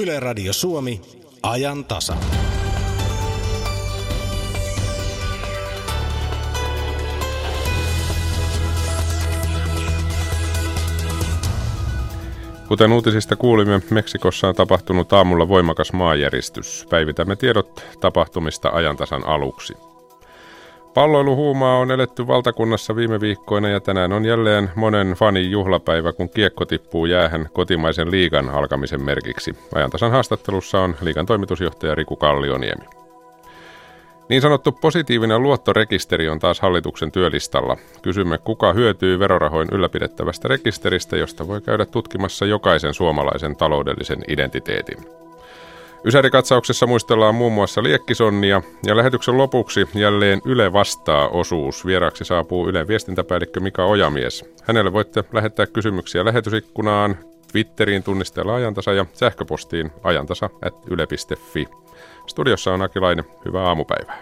Yle Radio Suomi, ajan tasa. Kuten uutisista kuulimme, Meksikossa on tapahtunut aamulla voimakas maanjäristys. Päivitämme tiedot tapahtumista ajantasan aluksi. Palloiluhuumaa on eletty valtakunnassa viime viikkoina ja tänään on jälleen monen fanin juhlapäivä, kun kiekko tippuu jäähän kotimaisen liigan alkamisen merkiksi. Ajantasan haastattelussa on liigan toimitusjohtaja Riku Kallioniemi. Niin sanottu positiivinen luottorekisteri on taas hallituksen työlistalla. Kysymme, kuka hyötyy verorahoin ylläpidettävästä rekisteristä, josta voi käydä tutkimassa jokaisen suomalaisen taloudellisen identiteetin. Ysärikatsauksessa muistellaan muun muassa Liekkisonnia ja lähetyksen lopuksi jälleen Yle vastaa -osuus. Vieraaksi saapuu Ylen viestintäpäällikkö Mika Ojamies. Hänelle voitte lähettää kysymyksiä lähetysikkunaan, Twitteriin tunnisteella ajantasa ja sähköpostiin ajantasa@yle.fi. Studiossa on Aki Laine. Hyvää aamupäivää.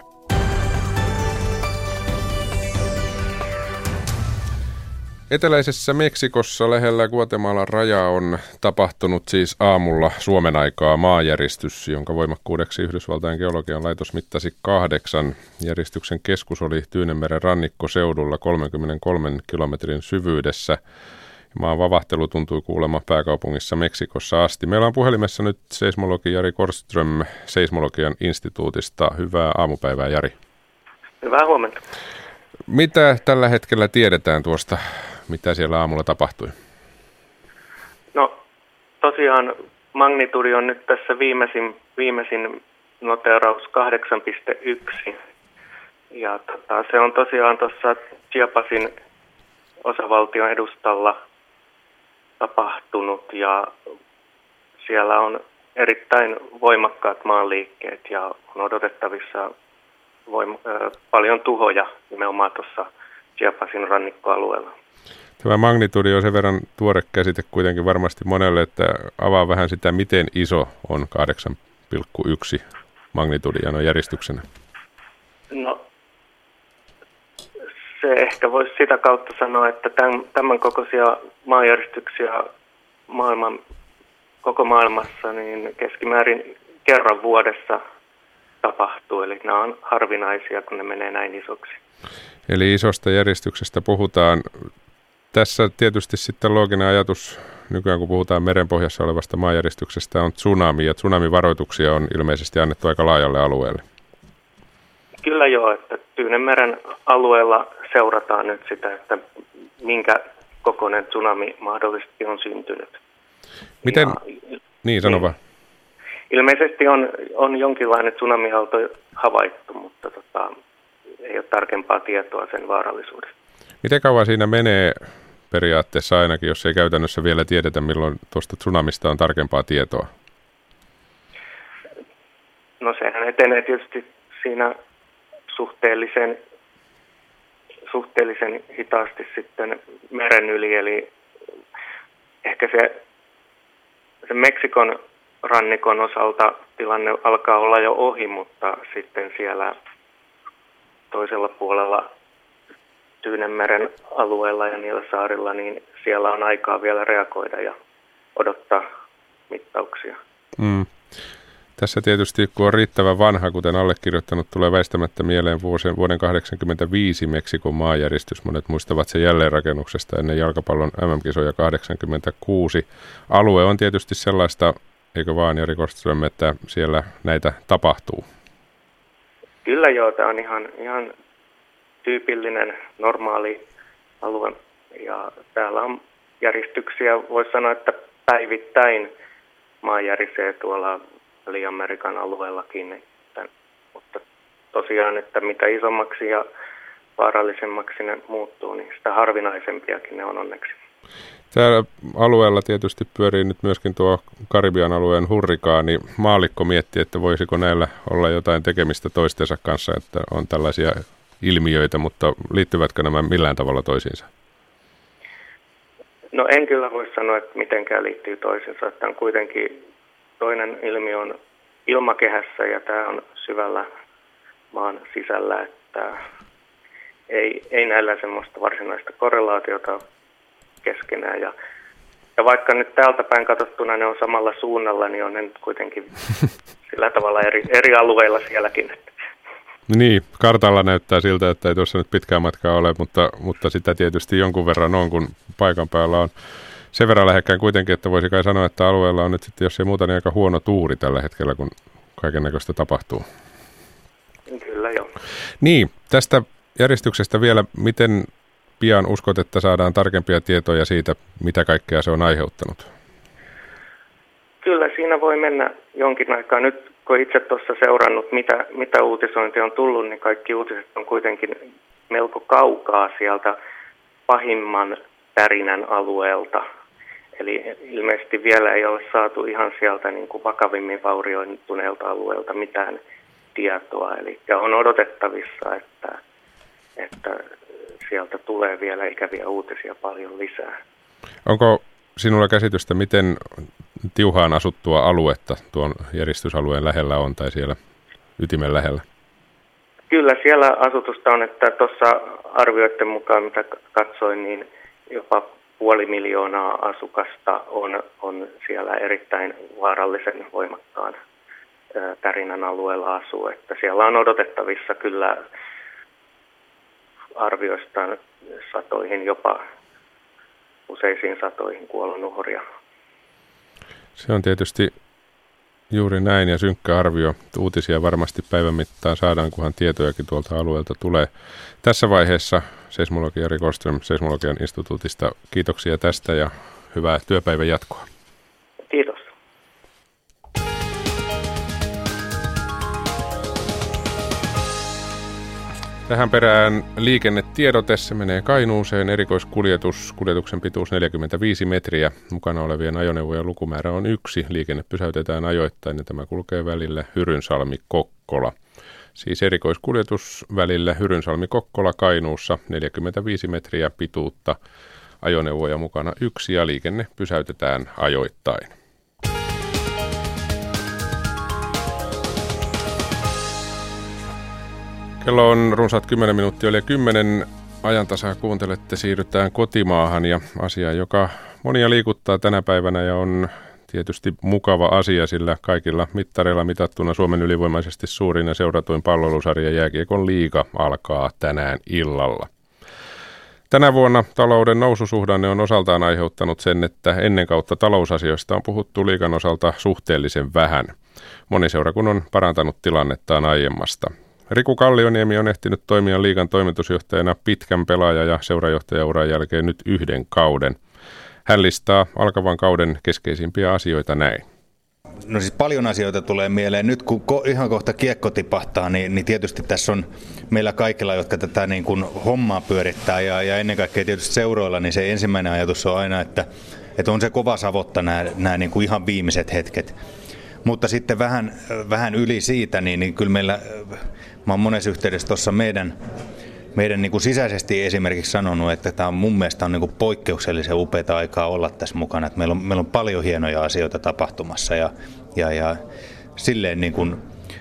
Eteläisessä Meksikossa lähellä Guatemalan rajaa on tapahtunut siis aamulla Suomen aikaa maanjäristys, jonka voimakkuudeksi Yhdysvaltain geologian laitos mittasi 8. Järistyksen keskus oli Tyynenmeren rannikkoseudulla 33 kilometrin syvyydessä. Maan vavahtelu tuntui kuulemma pääkaupungissa Meksikossa asti. Meillä on puhelimessa nyt seismologi Jari Korström Seismologian instituutista. Hyvää aamupäivää, Jari. Hyvää huomenta. Mitä tällä hetkellä tiedetään tuosta, mitä siellä aamulla tapahtui? No tosiaan magnitudi on nyt tässä viimeisin noteraus 8,1. Ja se on tosiaan tuossa Chiapasin osavaltion edustalla tapahtunut ja siellä on erittäin voimakkaat maanliikkeet ja on odotettavissa paljon tuhoja nimenomaan tuossa Chiapasin rannikkoalueella. Tämä magnitudi on sen verran tuore käsite kuitenkin varmasti monelle, että avaa vähän sitä, miten iso on 8,1 magnitudi ja järjestyksenä. No, se ehkä voisi sitä kautta sanoa, että tämän kokoisia maanjäristyksiä koko maailmassa niin keskimäärin kerran vuodessa tapahtuu, eli nämä on harvinaisia, kun ne menee näin isoksi. Eli isosta järjestyksestä puhutaan. Tässä tietysti sitten looginen ajatus, nykyään kun puhutaan merenpohjassa olevasta maanjäristyksestä, on tsunami, ja tsunamivaroituksia on ilmeisesti annettu aika laajalle alueelle. Kyllä joo, että Tyynenmeren alueella seurataan nyt sitä, että minkä kokoinen tsunami mahdollisesti on syntynyt. Miten? Niin, sano vaan. Ilmeisesti on jonkinlainen tsunamiaalto havaittu, mutta ei ole tarkempaa tietoa sen vaarallisuudesta. Miten kauan siinä menee periaatteessa ainakin, jos ei käytännössä vielä tiedetä, milloin tuosta tsunamista on tarkempaa tietoa? No sehän etenee tietysti siinä suhteellisen hitaasti sitten meren yli, eli ehkä se Meksikon rannikon osalta tilanne alkaa olla jo ohi, mutta sitten siellä toisella puolella Tyynenmeren alueella ja niillä saarilla, niin siellä on aikaa vielä reagoida ja odottaa mittauksia. Tässä tietysti, kun on riittävän vanha, kuten allekirjoittanut, tulee väistämättä mieleen vuoden 1985 Meksikon maanjäristys. Monet muistavat sen jälleenrakennuksesta ennen jalkapallon MM-kisoja 1986. Alue on tietysti sellaista, eikö vaan, Jari Korström, että siellä näitä tapahtuu? Kyllä joo, tämä on ihan tyypillinen, normaali alue. Ja täällä on järjestyksiä, voisi sanoa, että päivittäin maa järisee tuolla Väli-Amerikan alueellakin. Mutta tosiaan, että mitä isommaksi ja vaarallisemmaksi ne muuttuu, niin sitä harvinaisempiakin ne on onneksi. Täällä alueella tietysti pyörii nyt myöskin tuo Karibian alueen hurrikaani. Maallikko miettii, että voisiko näillä olla jotain tekemistä toistensa kanssa, että on tällaisia ilmiöitä, mutta liittyvätkö nämä millään tavalla toisiinsa? No en kyllä voi sanoa, että mitenkään liittyy toisiinsa. Että on kuitenkin toinen ilmiö on ilmakehässä ja tämä on syvällä maan sisällä, että ei näillä semmoista varsinaista korrelaatiota keskenään. Ja Ja vaikka nyt täältä päin katsottuna ne on samalla suunnalla, niin on ne nyt kuitenkin sillä tavalla eri alueilla sielläkin. Niin, kartalla näyttää siltä, että ei tuossa nyt pitkää matkaa ole, mutta sitä tietysti jonkun verran on, kun paikan päällä on sen verran lähekkään kuitenkin, että voisi kai sanoa, että alueella on nyt sitten, jos ei muuta, niin aika huono tuuri tällä hetkellä, kun kaikennäköistä tapahtuu. Kyllä joo. Niin, tästä järjestyksestä vielä, miten pian uskot, että saadaan tarkempia tietoja siitä, mitä kaikkea se on aiheuttanut? Kyllä siinä voi mennä jonkin aikaa. Nyt kun itse tuossa seurannut, mitä uutisointia on tullut, niin kaikki uutiset on kuitenkin melko kaukaa sieltä pahimman tärinän alueelta. Eli ilmeisesti vielä ei ole saatu ihan sieltä niin kuin vakavimmin vaurioituneelta alueelta mitään tietoa. Eli on odotettavissa, että sieltä tulee vielä ikäviä uutisia paljon lisää. Onko sinulla käsitystä, miten tiuhaan asuttua aluetta tuon järjestysalueen lähellä on tai siellä ytimen lähellä? Kyllä siellä asutusta on, että tuossa arvioiden mukaan, mitä katsoin, niin jopa 500,000 asukasta on siellä erittäin vaarallisen voimakkaan tärinän alueella asuu. Että siellä on odotettavissa kyllä arvioistaan satoihin, jopa useisiin satoihin kuolonuhria. Se on tietysti juuri näin ja synkkä arvio. Uutisia varmasti päivän mittaan saadaan, kunhan tietojakin tuolta alueelta tulee. Tässä vaiheessa seismologi Jari Koström Seismologian instituutista. Kiitoksia tästä ja hyvää työpäivän jatkoa. Kiitos. Tähän perään liikennetiedote, se menee Kainuuseen, erikoiskuljetus, kuljetuksen pituus 45 metriä, mukana olevien ajoneuvojen lukumäärä on 1, liikenne pysäytetään ajoittain ja tämä kulkee välillä Hyrynsalmi-Kokkola. Siis erikoiskuljetus välillä Hyrynsalmi-Kokkola Kainuussa, 45 metriä pituutta, ajoneuvoja mukana 1 ja liikenne pysäytetään ajoittain. Kello on runsaat 10 minuuttia yli 10. Ajantasaa kuuntelette, siirrytään kotimaahan ja asia, joka monia liikuttaa tänä päivänä ja on tietysti mukava asia, sillä kaikilla mittareilla mitattuna Suomen ylivoimaisesti suurin ja seuratuin palloilusarja Jääkiekon liiga alkaa tänään illalla. Tänä vuonna talouden noususuhdanne on osaltaan aiheuttanut sen, että ennen kautta talousasioista on puhuttu liigan osalta suhteellisen vähän. Moni seura kun on parantanut tilannettaan aiemmasta. Riku Kallioniemi on ehtinyt toimia liigan toimitusjohtajana pitkän pelaaja- ja seurajohtajauran jälkeen nyt 1 kauden. Hän listaa alkavan kauden keskeisimpiä asioita näin. No siis paljon asioita tulee mieleen. Nyt kun ihan kohta kiekko tipahtaa, niin tietysti tässä on meillä kaikilla, jotka tätä niin kuin hommaa pyörittää ja ennen kaikkea tietysti seuroilla, niin se ensimmäinen ajatus on aina, että on se kova savotta nämä niin kuin ihan viimeiset hetket. Mutta sitten vähän yli siitä, niin kyllä meillä, mä oon monessa yhteydessä tuossa meidän niin kuin sisäisesti esimerkiksi sanonut, että tämä on mun mielestä on niin kuin poikkeuksellisen upeata aikaa olla tässä mukana. Että meillä on paljon hienoja asioita tapahtumassa ja silleen niin kuin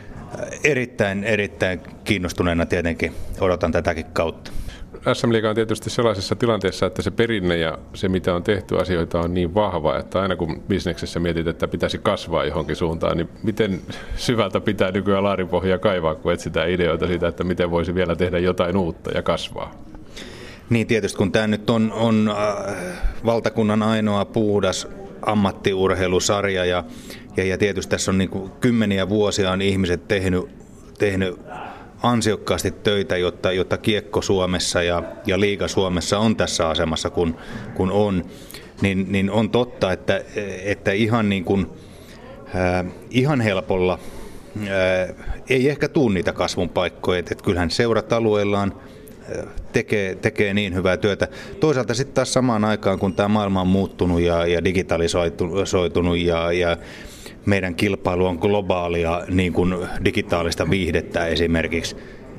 erittäin kiinnostuneena tietenkin odotan tätäkin kautta. SM-liiga on tietysti sellaisessa tilanteessa, että se perinne ja se, mitä on tehty asioita, on niin vahva, että aina kun bisneksessä mietit, että pitäisi kasvaa johonkin suuntaan, niin miten syvältä pitää nykyään laarinpohjaa kaivaa, kun etsitään ideoita siitä, että miten voisi vielä tehdä jotain uutta ja kasvaa? Niin tietysti, kun tämä nyt on valtakunnan ainoa puhdas ammattiurheilusarja ja tietysti tässä on niin kuin kymmeniä vuosia on ihmiset tehnyt ansiokkaasti töitä, jotta kiekko Suomessa ja liiga Suomessa on tässä asemassa, kun on, niin on totta, että ihan, niin kuin, ihan helpolla ei ehkä tule niitä kasvun paikkoja, että kyllähän seurat alueellaan tekee niin hyvää työtä. Toisaalta sitten taas samaan aikaan, kun tämä maailma on muuttunut ja digitalisoitunut ja meidän kilpailu on globaalia, niin kuin digitaalista viihdettä esimerkiksi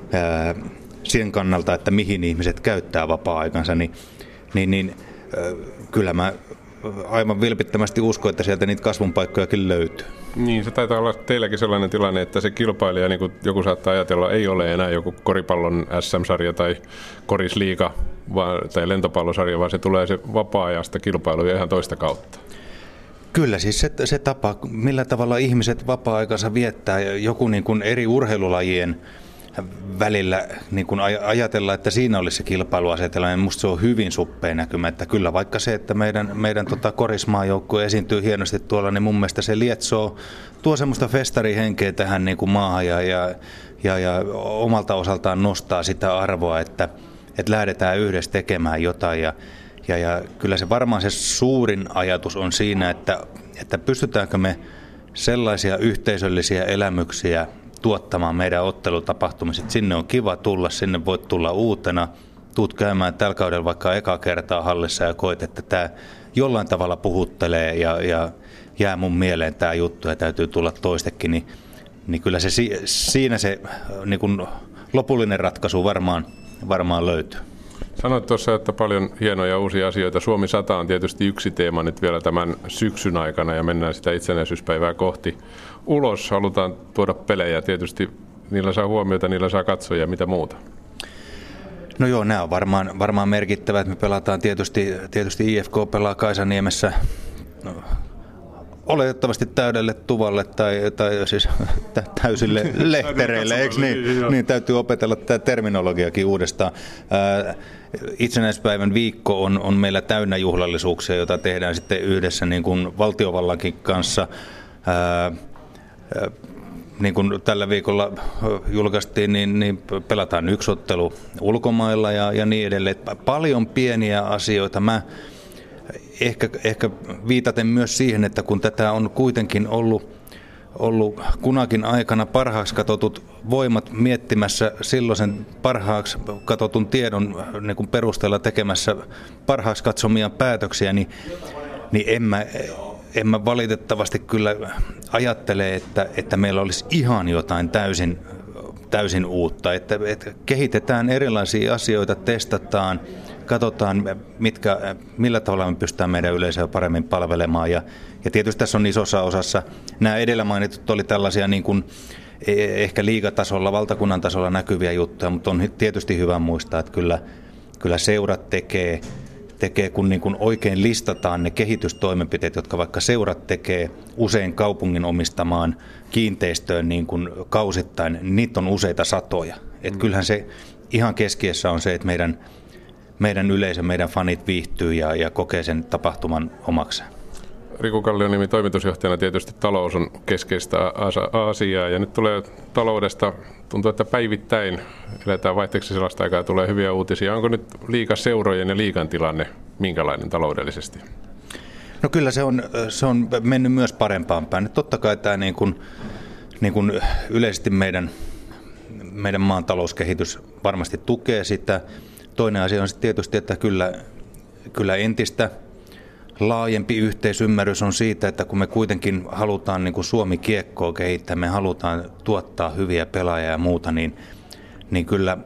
sen kannalta, että mihin ihmiset käyttää vapaa-aikansa, niin kyllä mä aivan vilpittömästi uskon, että sieltä niitä kasvun paikkojakin löytyy. Niin, se taitaa olla teilläkin sellainen tilanne, että se kilpailija, niin kuin joku saattaa ajatella, ei ole enää joku koripallon SM-sarja tai korisliiga tai lentopallosarja, vaan se tulee se vapaa-ajasta kilpailuja ihan toista kautta. Kyllä, siis se tapa, millä tavalla ihmiset vapaa-aikansa viettää, joku niin kuin eri urheilulajien välillä niin kuin ajatella, että siinä olisi se kilpailuasetelma, niin musta se on hyvin suppea näkymä. Että kyllä vaikka se, että meidän korismaajoukkue esiintyy hienosti tuolla, niin mun mielestä se tuo semmoista festarihenkeä tähän niin kuin maahan ja omalta osaltaan nostaa sitä arvoa, että lähdetään yhdessä tekemään jotain. Ja kyllä se varmaan se suurin ajatus on siinä, että pystytäänkö me sellaisia yhteisöllisiä elämyksiä tuottamaan meidän ottelutapahtumista. Sinne on kiva tulla, sinne voit tulla uutena. Tuut käymään tällä kaudella vaikka eka kertaa hallissa ja koet, että tämä jollain tavalla puhuttelee ja jää mun mieleen tämä juttu ja täytyy tulla toistekin. Niin kyllä se siinä se niin kun lopullinen ratkaisu varmaan löytyy. Sanoit tuossa, että paljon hienoja uusia asioita. Suomi 100 on tietysti yksi teema nyt vielä tämän syksyn aikana ja mennään sitä itsenäisyyspäivää kohti. Ulos halutaan tuoda pelejä. Tietysti niillä saa huomiota, niillä saa katsoja ja mitä muuta. No joo, nämä on varmaan merkittävät. Me pelataan tietysti IFK pelaa Kaisaniemessä oletettavasti täydelle tuvalle tai siis täysille lehtereille, eikö niin? Niin täytyy opetella tämä terminologiakin uudestaan. Itsenäispäivän viikko on meillä täynnä juhlallisuuksia, joita tehdään sitten yhdessä niin kuin valtiovallankin kanssa. Niin kuin tällä viikolla julkaistiin, niin pelataan yksi ottelu ulkomailla ja niin edelleen. Paljon pieniä asioita. Mä ehkä viitaten myös siihen, että kun tätä on kuitenkin ollut kunakin aikana parhaaksi katsotut voimat miettimässä silloisen parhaaksi katsotun tiedon niin kuin perusteella tekemässä parhaaksi katsomia päätöksiä, niin en mä valitettavasti kyllä ajattele, että meillä olisi ihan jotain täysin uutta, että kehitetään erilaisia asioita, testataan, katsotaan, millä tavalla me pystytään meidän yleisöä paremmin palvelemaan. Ja tietysti tässä on isossa osassa, nämä edellä mainitut oli tällaisia niin kuin ehkä liigatasolla, valtakunnan tasolla näkyviä juttuja, mutta on tietysti hyvä muistaa, että kyllä seurat tekee kun niin kuin oikein listataan ne kehitystoimenpiteet, jotka vaikka seurat tekee usein kaupungin omistamaan kiinteistöön niin kuin kausittain, niin niitä on useita satoja. Että kyllähän se ihan keskiössä on se, että meidän yleisö, meidän fanit viihtyy ja kokee sen tapahtuman omakseen. Riku Kallioniemi toimitusjohtajana tietysti talous on keskeistä asiaa ja nyt tulee taloudesta, tuntuu, että päivittäin eletään vaihteeksi sellaista aikaa, tulee hyviä uutisia. Onko nyt liigaseurojen ja liigan tilanne minkälainen taloudellisesti? No kyllä se on mennyt myös parempaan päin. Totta kai tämä niin kuin yleisesti meidän maan talouskehitys varmasti tukee sitä. Toinen asia on sitten tietysti, että kyllä entistä laajempi yhteisymmärrys on siitä, että kun me kuitenkin halutaan niin kuin Suomi-kiekkoa kehittää, me halutaan tuottaa hyviä pelaajia ja muuta, niin kyllä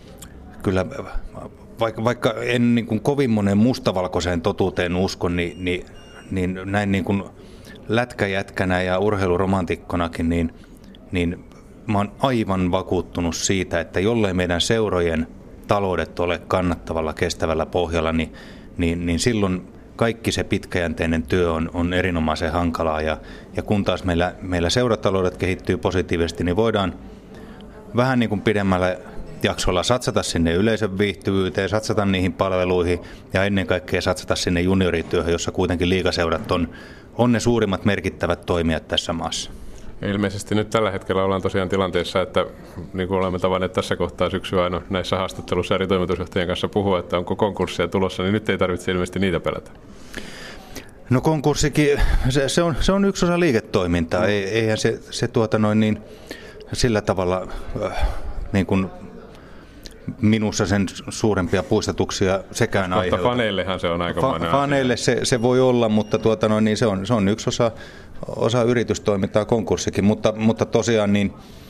vaikka en niin kuin kovin monen mustavalkoiseen totuuteen usko, niin näin niin kuin lätkäjätkänä ja urheiluromantikkonakin, niin mä oon aivan vakuuttunut siitä, että jollei meidän seurojen taloudet ole kannattavalla, kestävällä pohjalla, niin silloin kaikki se pitkäjänteinen työ on erinomaisen hankalaa ja kun taas meillä seurataloudet kehittyy positiivisesti, niin voidaan vähän niin kuin pidemmällä jaksolla satsata sinne yleisön viihtyvyyteen, satsata niihin palveluihin ja ennen kaikkea satsata sinne juniorityöhön, jossa kuitenkin liigaseurat on ne suurimmat merkittävät toimijat tässä maassa. Ilmeisesti nyt tällä hetkellä ollaan tosiaan tilanteessa, että niin kuin olemme tavanneet tässä kohtaa syksyä aina näissä haastatteluissa eri toimitusjohtajien kanssa puhua, että onko konkursseja tulossa, niin nyt ei tarvitse ilmeisesti niitä pelätä. No konkurssikin, se on yksi osa liiketoimintaa. Eihän se sillä tavalla niin kuin minussa sen suurempia puistatuksia sekään aiheuta. Mutta faneillehan se on aikamoinen faneille se voi olla, mutta niin se on yksi osa yritystoimintaa konkurssikin, mutta tosiaan niin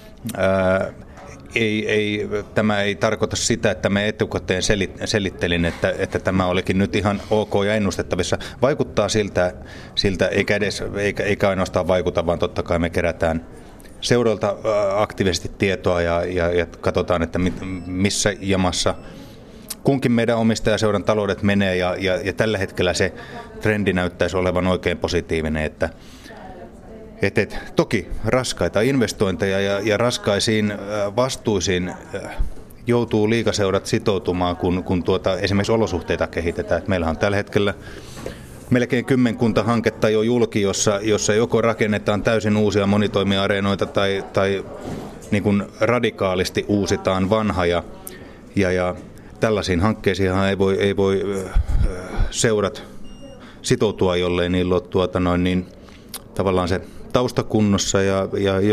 tämä ei tarkoita sitä, että me etukäteen selittelin, että tämä olikin nyt ihan ok ja ennustettavissa. Vaikuttaa siltä eikä ainoastaan vaikuta, vaan totta kai me kerätään seuroilta aktiivisesti tietoa ja katsotaan, että missä jamassa kunkin meidän omistajaseuran taloudet menee ja tällä hetkellä se trendi näyttäisi olevan oikein positiivinen, että toki raskaita investointeja ja raskaisiin vastuisiin joutuu liigaseurat sitoutumaan, kun esimerkiksi olosuhteita kehitetään. Et meillä on tällä hetkellä melkein 10 hanketta jo julki, jossa joko rakennetaan täysin uusia monitoimiareenoita tai niin kuin radikaalisti uusitaan vanha ja tällaisiin hankkeisiinhan ei voi seurat sitoutua, jollei niillä ole niin tavallaan se taustakunnossa ja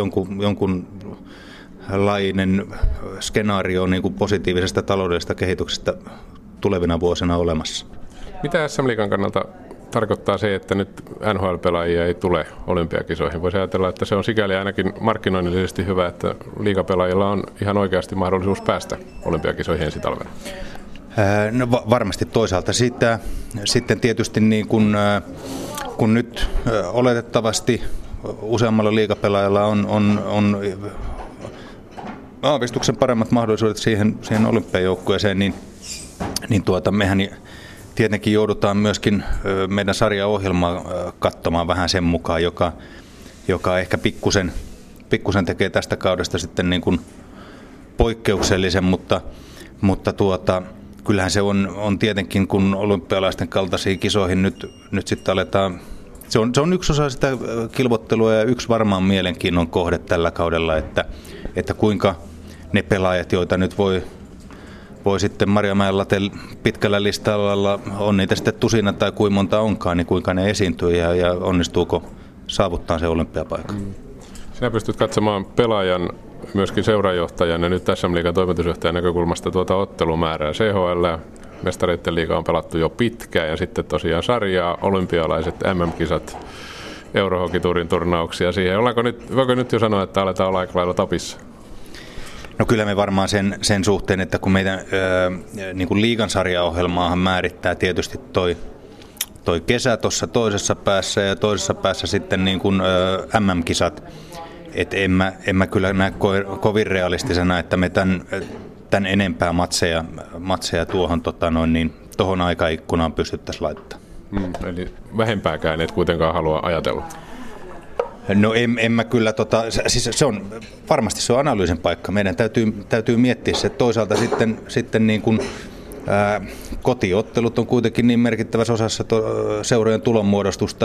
jonkunlainen skenaario niin kuin positiivisesta taloudellisesta kehityksestä tulevina vuosina olemassa. Mitä SM-liigan kannalta tarkoittaa se, että nyt NHL-pelaajia ei tule olympiakisoihin? Voisi ajatella, että se on sikäli ainakin markkinoinnillisesti hyvä, että liigapelaajilla on ihan oikeasti mahdollisuus päästä olympiakisoihin ensi talvena. No varmasti toisaalta sitä. Sitten tietysti niin kun nyt oletettavasti useammalla liigapelaajalla on aavistuksen paremmat mahdollisuudet siihen olympiajoukkueeseen, niin mehän tietenkin joudutaan myöskin meidän sarjaohjelmaa katsomaan vähän sen mukaan, joka ehkä pikkusen tekee tästä kaudesta sitten niin kuin poikkeuksellisen, mutta kyllähän se on tietenkin, kun olympialaisten kaltaisiin kisoihin nyt sitten aletaan. Se on yksi osa sitä kilvottelua ja yksi varmaan mielenkiinnon kohde tällä kaudella, että kuinka ne pelaajat, joita nyt voi sitten Marjamäellä pitkällä listalla, on niitä sitten tusina tai kuinka monta onkaan, niin kuinka ne esiintyy ja onnistuuko saavuttaa se olympiapaikka. Sinä pystyt katsomaan pelaajan, myöskin seurajohtajan ja nyt SM-liigan toimitusjohtajan näkökulmasta tuota ottelumäärää. CHL, Mestareiden liiga on pelattu jo pitkään ja sitten tosiaan sarjaa, olympialaiset, MM-kisat, Eurohokiturin turnauksia siihen. Voiko nyt jo sanoa, että aletaan olla aika lailla tapissa? No kyllä me varmaan sen suhteen, että kun meidän niin kuin liigan sarjaohjelmaahan määrittää tietysti toi kesä tuossa toisessa päässä ja toisessa päässä sitten niin kuin MM-kisat, että en mä kyllä näe kovin realistisena, että me tämän enempää matseja tuohon aikaikkunaan pystyttäisiin laittamaan. Eli vähempääkään et kuitenkaan halua ajatella? No en mä kyllä, siis varmasti se on analyysin paikka. Meidän täytyy miettiä se. Toisaalta sitten niin kuin, kotiottelut on kuitenkin niin merkittävässä osassa seurojen tulonmuodostusta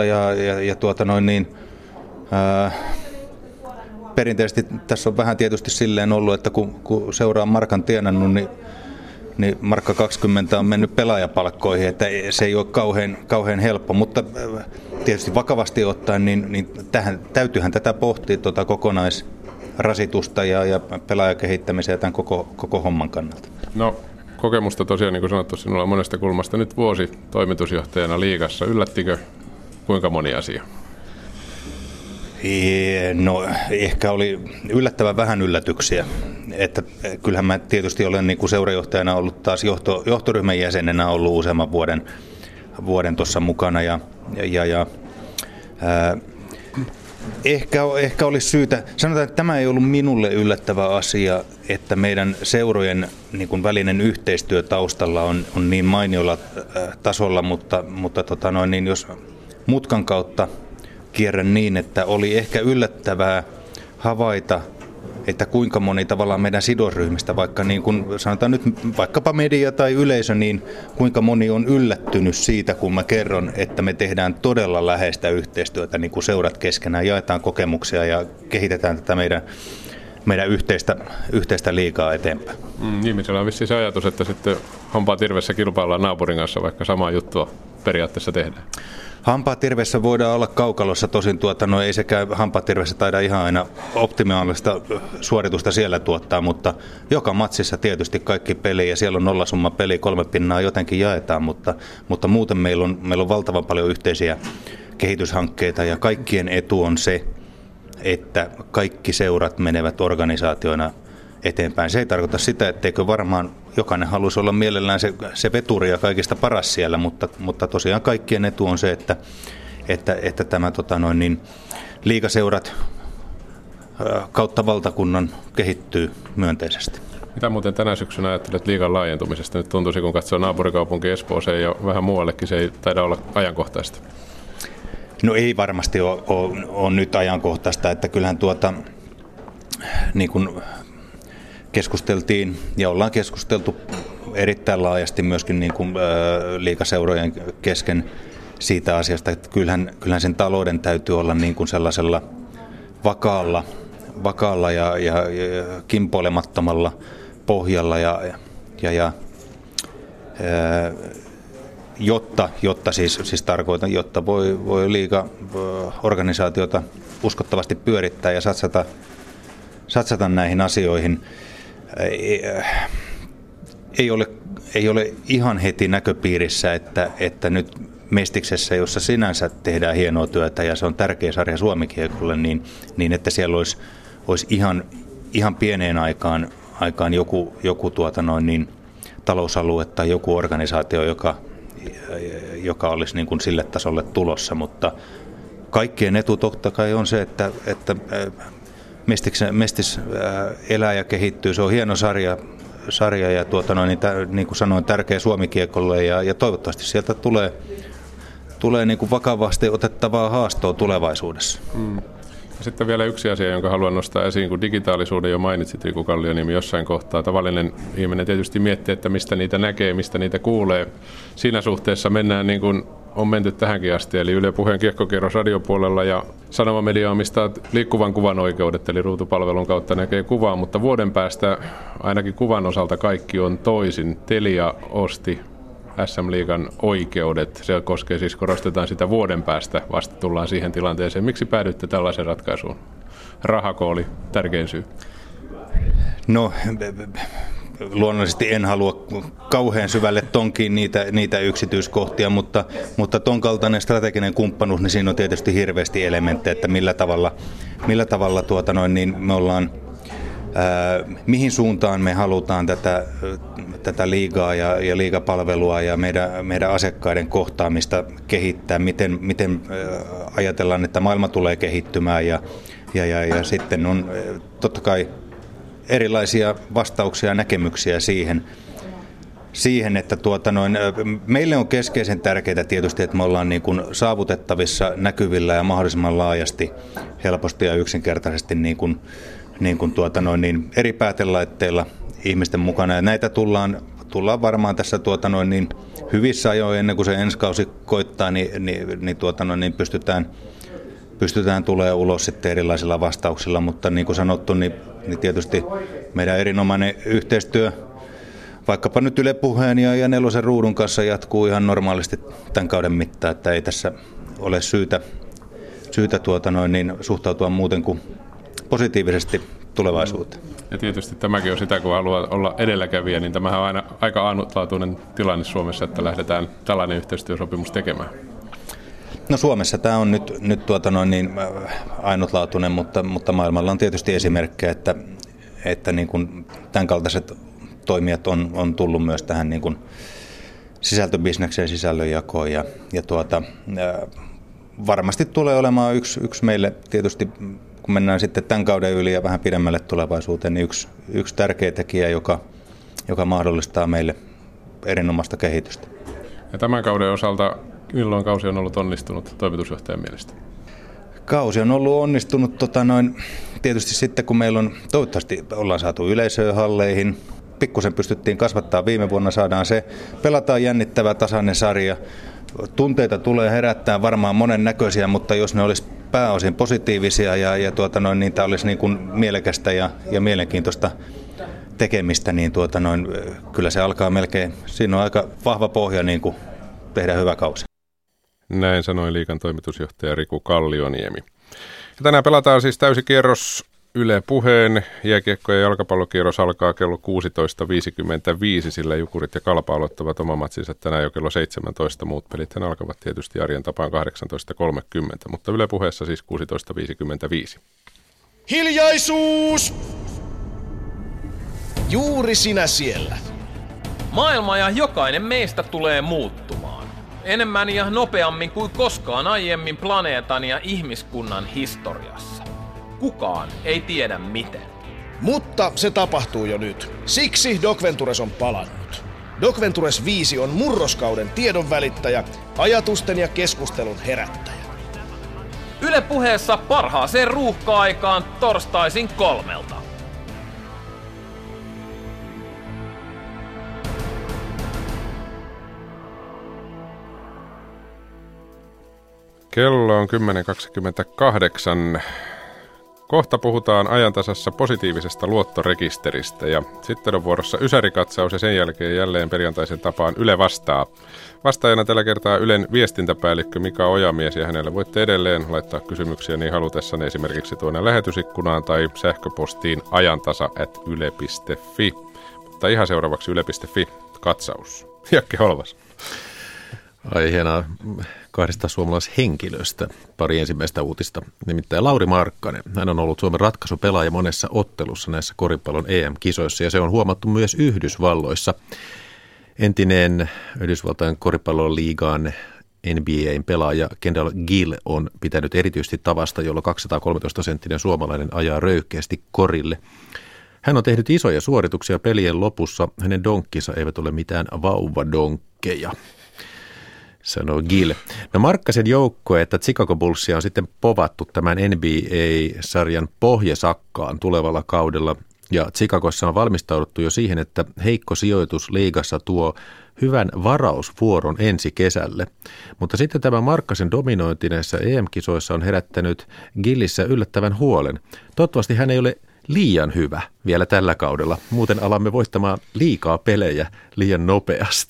perinteisesti tässä on vähän tietysti silleen ollut, että kun seuraa markan tienannut, niin markka 20 on mennyt pelaajapalkkoihin, että se ei ole kauhean helppo, mutta tietysti vakavasti ottaen, niin täytyyhän tätä pohtia kokonaisrasitusta ja pelaajakehittämisen ja tämän koko homman kannalta. No, kokemusta tosiaan, niin kuin sanottu, sinulla on monesta kulmasta nyt vuosi toimitusjohtajana liigassa. Yllättikö kuinka moni asia? No ehkä oli yllättävän vähän yllätyksiä, että kyllähän mä tietysti olen niin kuin seurajohtajana ollut taas johtoryhmän jäsenenä ollut useamman vuoden tuossa mukana ja ehkä olisi syytä, sanotaan, että tämä ei ollut minulle yllättävä asia, että meidän seurojen niin kuin välinen yhteistyö taustalla on niin mainiolla tasolla, mutta niin jos mutkan kautta kierrän niin, että oli ehkä yllättävää havaita, että kuinka moni tavallaan meidän sidosryhmistä, vaikka niin kuin sanotaan nyt vaikkapa media tai yleisö, niin kuinka moni on yllättynyt siitä, kun mä kerron, että me tehdään todella läheistä yhteistyötä, niin kuin seurat keskenään, jaetaan kokemuksia ja kehitetään tätä meidän yhteistä liigaa eteenpäin. Ihmisellä on vissiin se ajatus, että sitten Hampaatirvessä kilpaillaan naapurin kanssa, vaikka samaa juttua periaatteessa tehdään. Hampaatirvessä voidaan olla kaukalossa, tosin ei sekään Hampaatirvessä taida ihan aina optimaalista suoritusta siellä tuottaa, mutta joka matsissa tietysti kaikki peli ja siellä on nollasumma peli, 3 pinnaa jotenkin jaetaan, mutta muuten meillä on valtavan paljon yhteisiä kehityshankkeita ja kaikkien etu on se, että kaikki seurat menevät organisaatioina eteenpäin. Se ei tarkoita sitä, etteikö varmaan jokainen haluaisi olla mielellään se veturi ja kaikista paras siellä, mutta tosiaan kaikkien etu on se, että tämä liigaseurat kautta valtakunnan kehittyy myönteisesti. Mitä muuten tänä syksynä ajattelet liigan laajentumisesta? Nyt tuntuisi, kun katsoo naapurikaupunki Espooseen ja vähän muuallekin, se ei taida olla ajankohtaista. No ei varmasti ole nyt ajankohtaista, että kyllähän niin kuin keskusteltiin ja ollaan keskusteltu erittäin laajasti myöskin niin kuin liigaseurojen kesken siitä asiasta, että kyllähän sen talouden täytyy olla niin kuin sellaisella vakaalla ja kimpoilemattomalla pohjalla jotta siis tarkoitan, jotta voi liigaorganisaatiota uskottavasti pyörittää ja satsata näihin asioihin. Ei ole ihan heti näköpiirissä, että nyt Mestiksessä, jossa sinänsä tehdään hienoa työtä ja se on tärkeä sarja suomikiekolle, niin että siellä olisi ihan pieneen aikaan joku talousalue tai joku organisaatio, joka olisi niin kuin sille tasolle tulossa, mutta kaikkien etu totta kai on se, että Mestis elää ja kehittyy. Se on hieno sarja ja niin kuin sanoin, tärkeä suomikiekolle ja toivottavasti sieltä tulee niin kuin vakavasti otettavaa haastoa tulevaisuudessa. Sitten vielä yksi asia, jonka haluan nostaa esiin, kun digitaalisuuden jo mainitsit, Riku Kallioniemi, jossain kohtaa. Tavallinen ihminen tietysti miettii, että mistä niitä näkee, mistä niitä kuulee. Siinä suhteessa mennään niin kuin on menty tähänkin asti, eli Yle Puheen kiekkokierros radiopuolella ja Sanomamedia omistaa liikkuvan kuvan oikeudet, eli ruutupalvelun kautta näkee kuvaa, mutta vuoden päästä ainakin kuvan osalta kaikki on toisin. Telia osti SM-liigan oikeudet. Se koskee siis, korostetaan sitä vuoden päästä, vasta tullaan siihen tilanteeseen. Miksi päädytte tällaisen ratkaisuun? Rahako oli tärkein syy? No, luonnollisesti en halua kauhean syvälle tonkiin niitä yksityiskohtia, mutta ton kaltainen strateginen kumppanuus, niin siinä on tietysti hirveästi elementtejä, että millä tavalla me ollaan, mihin suuntaan me halutaan tätä liigaa ja liigapalvelua ja meidän asiakkaiden kohtaamista kehittää, miten ajatellaan, että maailma tulee kehittymään ja sitten on totta kai erilaisia vastauksia ja näkemyksiä siihen, että meille on keskeisen tärkeää tietysti, että me ollaan niin kuin saavutettavissa, näkyvillä ja mahdollisimman laajasti, helposti ja yksinkertaisesti niin eri päätelaitteilla ihmisten mukana. Ja näitä tullaan varmaan tässä hyvissä ajoin ennen kuin se ensi kausi koittaa, niin pystytään tulemaan ulos sitten erilaisilla vastauksilla, mutta niin kuin sanottu, niin tietysti meidän erinomainen yhteistyö vaikkapa nyt Yle Puheen ja Nelosen ruudun kanssa jatkuu ihan normaalisti tämän kauden mittaan, että ei tässä ole syytä suhtautua muuten kuin positiivisesti tulevaisuuteen. Ja tietysti tämäkin on sitä, kun haluaa olla edelläkävijä, niin tämähän on aina aika ainutlaatuinen tilanne Suomessa, että lähdetään tällainen yhteistyösopimus tekemään. No Suomessa tämä on nyt ainutlaatuinen, mutta maailmalla on tietysti esimerkkejä, että niin kuin tämän kaltaiset toimijat on tullut myös tähän niin kuin sisältöbisnekseen, sisällönjakoon ja varmasti tulee olemaan yksi meille tietysti, kun mennään sitten tämän kauden yli ja vähän pidemmälle tulevaisuuteen, niin yksi tärkeä tekijä, joka mahdollistaa meille erinomaista kehitystä. Ja tämän kauden osalta, milloin kausi on ollut onnistunut toimitusjohtajan mielestä? Kausi on ollut onnistunut tietysti sitten, kun meillä on, toivottavasti ollaan saatu yleisöä halleihin, pikkusen pystyttiin kasvattaa viime vuonna, saadaan se, pelataan jännittävä tasainen sarja, tunteita tulee herättää varmaan monen näköisiä, mutta jos ne olisi pääosin positiivisia niin tämä olisi niin kuin mielekästä ja mielenkiintoista tekemistä, niin kyllä se alkaa melkein, siinä on aika vahva pohja niin kuin tehdä hyvä kausi. Näin sanoi liigan toimitusjohtaja Riku Kallioniemi. Ja tänään pelataan siis täysi kierros Yle Puheen. Jääkiekko- ja jalkapallokierros alkaa kello 16.55, sillä Jukurit ja Kalpa aloittavat oma matsinsa tänään jo kello 17. Muut pelithän alkavat tietysti arjen tapaan 18.30, mutta Yle Puheessa siis 16.55. Hiljaisuus! Juuri sinä siellä. Maailma ja jokainen meistä tulee muuttumaan. Enemmän ja nopeammin kuin koskaan aiemmin planeetan ja ihmiskunnan historiassa. Kukaan ei tiedä miten. Mutta se tapahtuu jo nyt. Siksi Doc Ventures on palannut. Doc Ventures 5 on murroskauden tiedonvälittäjä, ajatusten ja keskustelun herättäjä. Yle Puheessa parhaaseen ruuhka-aikaan torstaisin 3. Kello on 10.28. Kohta puhutaan ajantasassa positiivisesta luottorekisteristä ja sitten on vuorossa ysärikatsaus ja sen jälkeen jälleen perjantaisen tapaan Yle vastaa. Vastaajana tällä kertaa Ylen viestintäpäällikkö Mika Ojamies ja hänelle voitte edelleen laittaa kysymyksiä niin halutessanne esimerkiksi tuonne lähetysikkunaan tai sähköpostiin ajantasa@yle.fi. Mutta ihan seuraavaksi yle.fi katsaus. Jakke Holvas. Ai hienoa. 2 suomalaishenkilöstä pari ensimmäistä uutista. Nimittäin Lauri Markkanen. Hän on ollut Suomen ratkaisupelaaja monessa ottelussa näissä koripallon EM-kisoissa ja se on huomattu myös Yhdysvalloissa. Entinen Yhdysvaltain koripallon liigaan NBA:n pelaaja Kendall Gill on pitänyt erityisesti tavasta, jolla 213-senttinen suomalainen ajaa röyhkeästi korille. Hän on tehnyt isoja suorituksia pelien lopussa. Hänen donkkinsa eivät ole mitään vauvadonkkeja, sanoo Gill. No Markkasen joukkue, että Chicago Bullsia on sitten povattu tämän NBA-sarjan pohjasakkaan tulevalla kaudella. Ja Chicagossa on valmistauduttu jo siihen, että heikko sijoitus liigassa tuo hyvän varausvuoron ensi kesälle. Mutta sitten tämä Markkasen dominointi näissä EM-kisoissa on herättänyt Gillissä yllättävän huolen. Toivottavasti hän ei ole liian hyvä vielä tällä kaudella. Muuten alamme voittamaan liikaa pelejä liian nopeasti.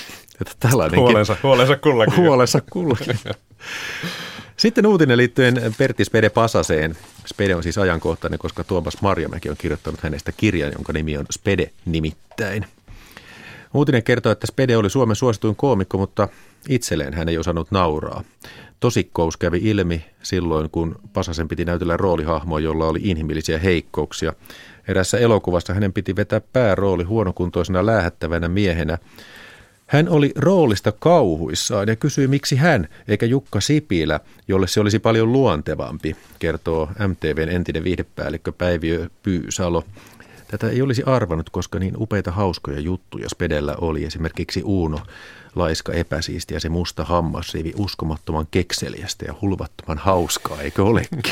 Huolensa kullakin. Sitten uutinen liittyen Pertti Spede Pasaseen. Spede on siis ajankohtainen, koska Tuomas Marjamäki on kirjoittanut hänestä kirjan, jonka nimi on Spede nimittäin. Uutinen kertoo, että Spede oli Suomen suosituin koomikko, mutta itselleen hän ei osannut nauraa. Tosikkous kävi ilmi silloin, kun Pasasen piti näytellä roolihahmoa, jolla oli inhimillisiä heikkouksia. Erässä elokuvassa hänen piti vetää päärooli huonokuntoisena läähättävänä miehenä. Hän oli roolista kauhuissaan ja kysyi, miksi hän eikä Jukka Sipilä, jolle se olisi paljon luontevampi, kertoo MTVn entinen viihdepäällikkö Päiviö Pyysalo. Tätä ei olisi arvannut, koska niin upeita hauskoja juttuja Spedellä oli. Esimerkiksi Uuno, laiska epäsiisti ja se musta hammasriivi uskomattoman kekseliästä ja hulvattoman hauskaa, eikö olekin?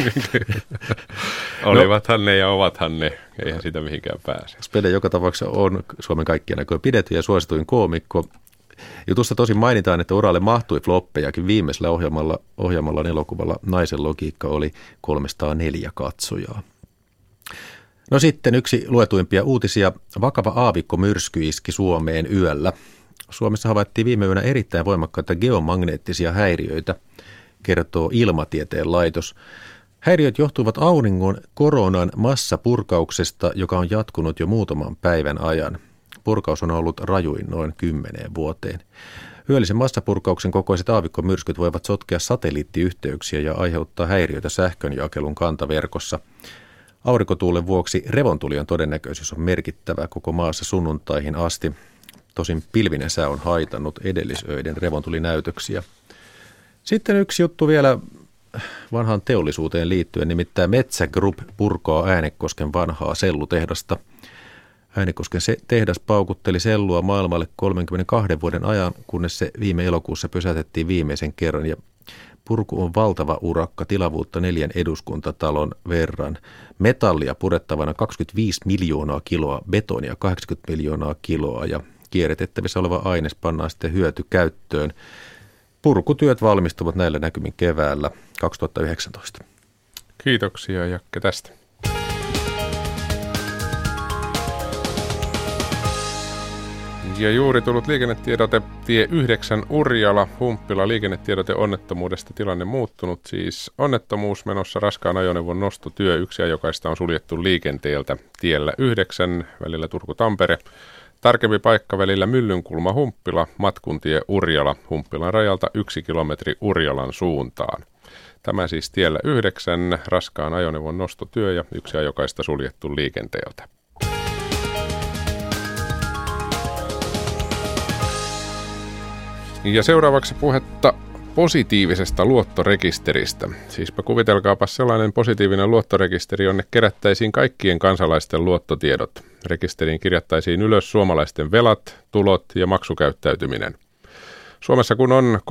Olivathan ne ja ovathan ne, eihän sitä mihinkään pääse. Spede joka tapauksessa on Suomen kaikkien näköön pidetty ja suosituin koomikko. Jutussa tosin mainitaan, että uralle mahtui floppejakin. Viimeisellä ohjelmalla elokuvalla Naisen logiikka oli 304 katsojaa. No sitten yksi luetuimpia uutisia. Vakava aavikkomyrsky iski Suomeen yöllä. Suomessa havaittiin viime yönä erittäin voimakkaita geomagneettisia häiriöitä, kertoo Ilmatieteen laitos. Häiriöt johtuvat auringon koronan massapurkauksesta, joka on jatkunut jo muutaman päivän ajan. Purkaus on ollut rajuin noin 10 vuoteen. Yöllisen massapurkauksen kokoiset aavikkomyrskyt voivat sotkea satelliittiyhteyksiä ja aiheuttaa häiriöitä sähkönjakelun kantaverkossa. Aurinkotuulen vuoksi revontulion todennäköisyys on merkittävä koko maassa sunnuntaihin asti. Tosin pilvinen sää on haitannut edellisöiden revontulinäytöksiä. Sitten yksi juttu vielä vanhaan teollisuuteen liittyen, nimittäin Metsä Group purkaa Äänekosken vanhaa sellutehdasta. Äänekosken tehdas paukutteli sellua maailmalle 32 vuoden ajan, kunnes se viime elokuussa pysäytettiin viimeisen kerran. Ja purku on valtava urakka, tilavuutta 4 eduskuntatalon verran. Metallia purettavana 25 miljoonaa kiloa, betonia 80 miljoonaa kiloa ja kierrätettävissä oleva aines pannaan sitten hyötykäyttöön. Purkutyöt valmistuvat näillä näkymin keväällä 2019. Kiitoksia Jakke tästä. Ja juuri tullut liikennetiedote tie 9 Urjala, Humppila, liikennetiedote onnettomuudesta, tilanne muuttunut. Siis onnettomuus menossa raskaan ajoneuvon nostotyö, yksi ajokaista on suljettu liikenteeltä tiellä 9 välillä Turku-Tampere. Tarkempi paikka välillä Myllynkulma Humppila, Matkuntie Urjala, Humppilan rajalta 1 kilometri Urjalan suuntaan. Tämä siis tiellä 9, raskaan ajoneuvon nostotyö ja yksi ajokaista suljettu liikenteeltä. Ja seuraavaksi puhetta positiivisesta luottorekisteristä. Siispä kuvitelkaapa sellainen positiivinen luottorekisteri, jonne kerättäisiin kaikkien kansalaisten luottotiedot. Rekisteriin kirjattaisiin ylös suomalaisten velat, tulot ja maksukäyttäytyminen. Suomessa kun on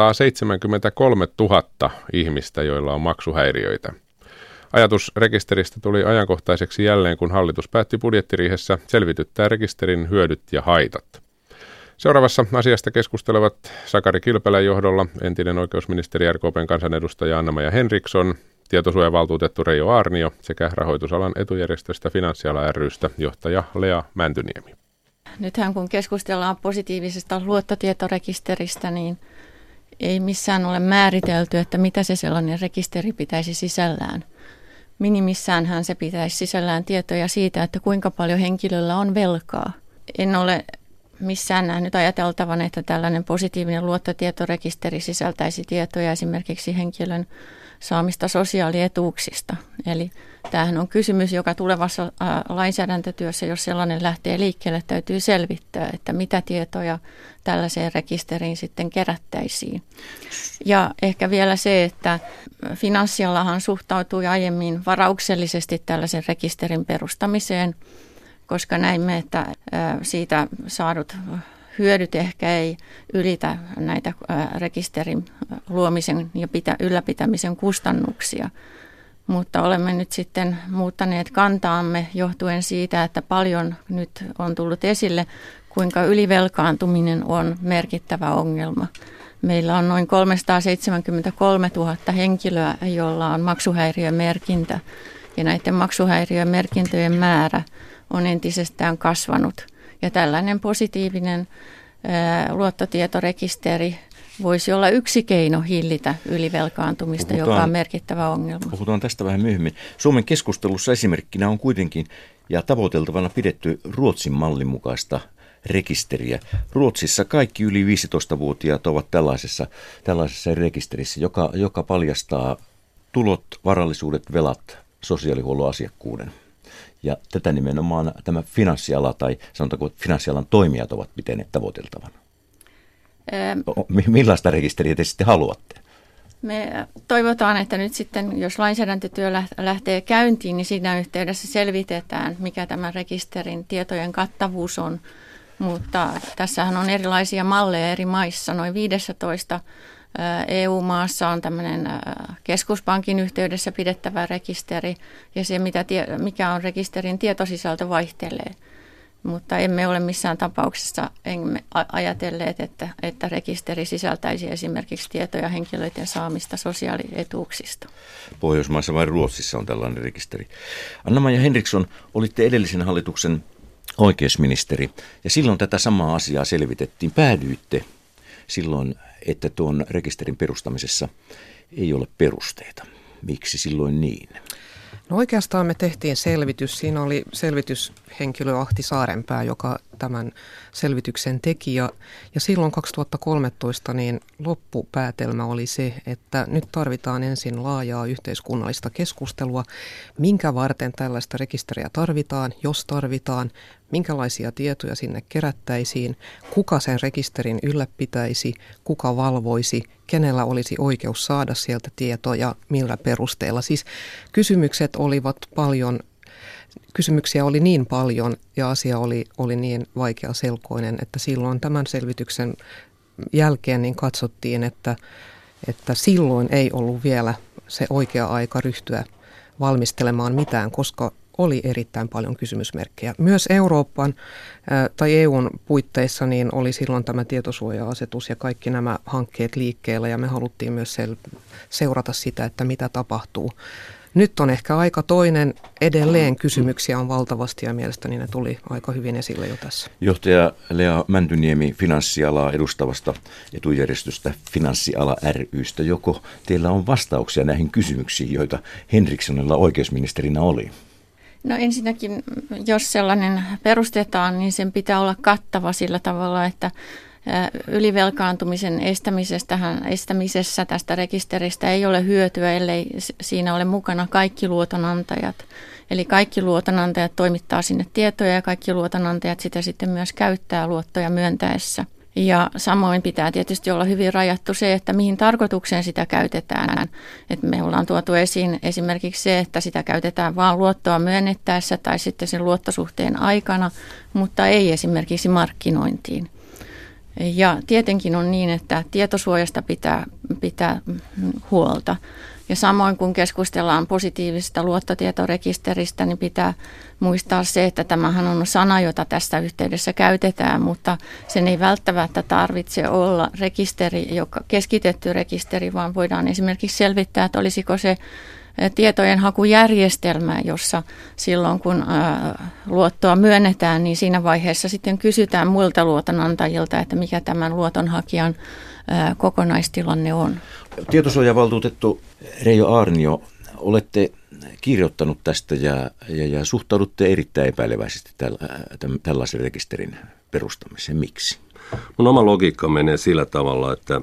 373 000 ihmistä, joilla on maksuhäiriöitä. Ajatus rekisteristä tuli ajankohtaiseksi jälleen, kun hallitus päätti budjettiriihessä selvityttää rekisterin hyödyt ja haitat. Seuraavassa asiasta keskustelevat Sakari Kilpelän johdolla entinen oikeusministeri RKP:n kansanedustaja Anna-Maja Henriksson, tietosuojavaltuutettu Reijo Aarnio sekä rahoitusalan etujärjestöstä Finanssiala ry:stä johtaja Lea Mäntyniemi. Nythän kun keskustellaan positiivisesta luottotietorekisteristä, niin ei missään ole määritelty, että mitä se sellainen rekisteri pitäisi sisällään. Minimissäänhän se pitäisi sisällään tietoja siitä, että kuinka paljon henkilöllä on velkaa. En ole missään nähnyt ajateltavan, että tällainen positiivinen luottotietorekisteri sisältäisi tietoja esimerkiksi henkilön saamista sosiaalietuuksista. Eli tämähän on kysymys, joka tulevassa lainsäädäntötyössä, jos sellainen lähtee liikkeelle, täytyy selvittää, että mitä tietoja tällaiseen rekisteriin sitten kerättäisiin. Ja ehkä vielä se, että Finanssialahan suhtautui aiemmin varauksellisesti tällaisen rekisterin perustamiseen, koska näimme, että siitä saadut hyödyt ehkä ei ylitä näitä rekisterin luomisen ja ylläpitämisen kustannuksia. Mutta olemme nyt sitten muuttaneet kantaamme johtuen siitä, että paljon nyt on tullut esille, kuinka ylivelkaantuminen on merkittävä ongelma. Meillä on noin 373 000 henkilöä, joilla on maksuhäiriömerkintä, ja näiden maksuhäiriömerkintöjen määrä on entisestään kasvanut. Ja tällainen positiivinen luottotietorekisteri voisi olla yksi keino hillitä ylivelkaantumista, joka on merkittävä ongelma. Puhutaan tästä vähän myöhemmin. Suomen keskustelussa esimerkkinä on kuitenkin ja tavoiteltavana pidetty Ruotsin mallin mukaista rekisteriä. Ruotsissa kaikki yli 15-vuotiaat ovat tällaisessa rekisterissä, joka paljastaa tulot, varallisuudet, velat, sosiaalihuollon asiakkuuden. Ja tätä nimenomaan tämä finanssiala tai sanotaanko finanssialan toimijat ovat pitäneet tavoiteltavana. Millaista rekisteriä te sitten haluatte? Me toivotaan, että nyt sitten, jos lainsäädäntötyö lähtee käyntiin, niin siinä yhteydessä selvitetään, mikä tämän rekisterin tietojen kattavuus on. Mutta tässähän on erilaisia malleja eri maissa. Noin 15 EU-maassa on tämmöinen keskuspankin yhteydessä pidettävä rekisteri, ja se, mikä on rekisterin tietosisältö, vaihtelee. Mutta emme ole missään tapauksessa ajatelleet, että rekisteri sisältäisi esimerkiksi tietoja henkilöiden saamista sosiaalietuuksista. Pohjoismaissa vai Ruotsissa on tällainen rekisteri. Anna-Maja Henriksson, olitte edellisen hallituksen oikeusministeri, ja silloin tätä samaa asiaa selvitettiin. Päädyitte silloin, että tuon rekisterin perustamisessa ei ole perusteita. Miksi silloin niin? No oikeastaan me tehtiin selvitys. Siinä oli selvityshenkilö Ahti Saarenpää, joka tämän selvityksen teki. Ja silloin 2013 niin loppupäätelmä oli se, että nyt tarvitaan ensin laajaa yhteiskunnallista keskustelua, minkä varten tällaista rekisteriä tarvitaan, jos tarvitaan, minkälaisia tietoja sinne kerättäisiin, kuka sen rekisterin ylläpitäisi, kuka valvoisi, kenellä olisi oikeus saada sieltä tietoja, millä perusteella. Siis kysymyksiä oli niin paljon ja asia oli niin vaikeaselkoinen, että silloin tämän selvityksen jälkeen niin katsottiin, että silloin ei ollut vielä se oikea aika ryhtyä valmistelemaan mitään, koska oli erittäin paljon kysymysmerkkejä. Myös Euroopan tai EUn puitteissa niin oli silloin tämä tietosuoja-asetus ja kaikki nämä hankkeet liikkeellä, ja me haluttiin myös seurata sitä, että mitä tapahtuu. Nyt on ehkä aika toinen. Edelleen kysymyksiä on valtavasti ja mielestäni ne tuli aika hyvin esille jo tässä. Johtaja Lea Mäntyniemi Finanssialaa edustavasta etujärjestöstä Finanssiala ry:stä. Joko teillä on vastauksia näihin kysymyksiin, joita Henrikssonilla oikeusministerinä oli? No ensinnäkin, jos sellainen perustetaan, niin sen pitää olla kattava sillä tavalla, että ylivelkaantumisen estämisessä tästä rekisteristä ei ole hyötyä, ellei siinä ole mukana kaikki luotonantajat. Eli kaikki luotonantajat toimittaa sinne tietoja ja kaikki luotonantajat sitä sitten myös käyttää luottoja myöntäessä. Ja samoin pitää tietysti olla hyvin rajattu se, että mihin tarkoitukseen sitä käytetään. Et me ollaan tuotu esiin esimerkiksi se, että sitä käytetään vain luottoa myönnettäessä tai sitten sen luottosuhteen aikana, mutta ei esimerkiksi markkinointiin. Ja tietenkin on niin, että tietosuojasta pitää huolta. Ja samoin kun keskustellaan positiivisesta luottotietorekisteristä, niin pitää muistaa se, että tämähän on sana, jota tässä yhteydessä käytetään, mutta sen ei välttämättä tarvitse olla rekisteri, keskitetty rekisteri, vaan voidaan esimerkiksi selvittää, että olisiko se tietojenhakujärjestelmä, jossa silloin kun luottoa myönnetään, niin siinä vaiheessa sitten kysytään muilta luotonantajilta, että mikä tämän luotonhakijan kokonaistilanne on. Tietosuojavaltuutettu Reijo Aarnio, olette kirjoittanut tästä ja suhtaudutte erittäin epäileväisesti tällaisen rekisterin perustamiseen. Miksi? Mun oma logiikka menee sillä tavalla, että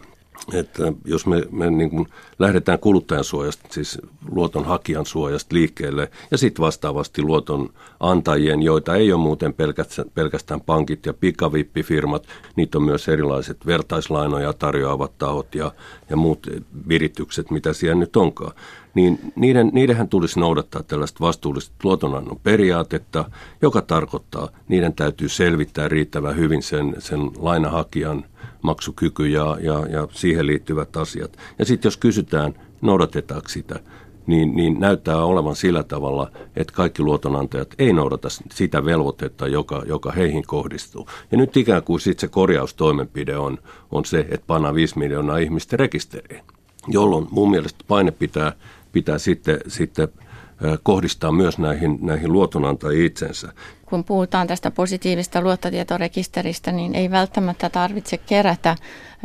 jos me niin kuin lähdetään kuluttajan suojasta, siis luotonhakijan suojasta liikkeelle ja sitten vastaavasti luotonantajien, joita ei ole muuten pelkästään pankit ja pikavippifirmat, niitä on myös erilaiset vertaislainoja tarjoavat tahot ja muut viritykset, mitä siellä nyt onkaan. Niin niidenhän tulisi noudattaa tällaista vastuullista luotonannon periaatetta, joka tarkoittaa, niiden täytyy selvittää riittävän hyvin sen lainahakijan maksukyky ja siihen liittyvät asiat. Ja sitten jos kysytään, noudatetaanko sitä, niin näyttää olevan sillä tavalla, että kaikki luotonantajat ei noudata sitä velvoitetta, joka heihin kohdistuu. Ja nyt ikään kuin sitten se korjaustoimenpide on se, että pannaan 5 miljoonaa ihmistä rekisteriin, jolloin mun mielestä paine pitää sitten kohdistaa myös näihin luotonantajiin itsensä. Kun puhutaan tästä positiivista luottotietorekisteristä, niin ei välttämättä tarvitse kerätä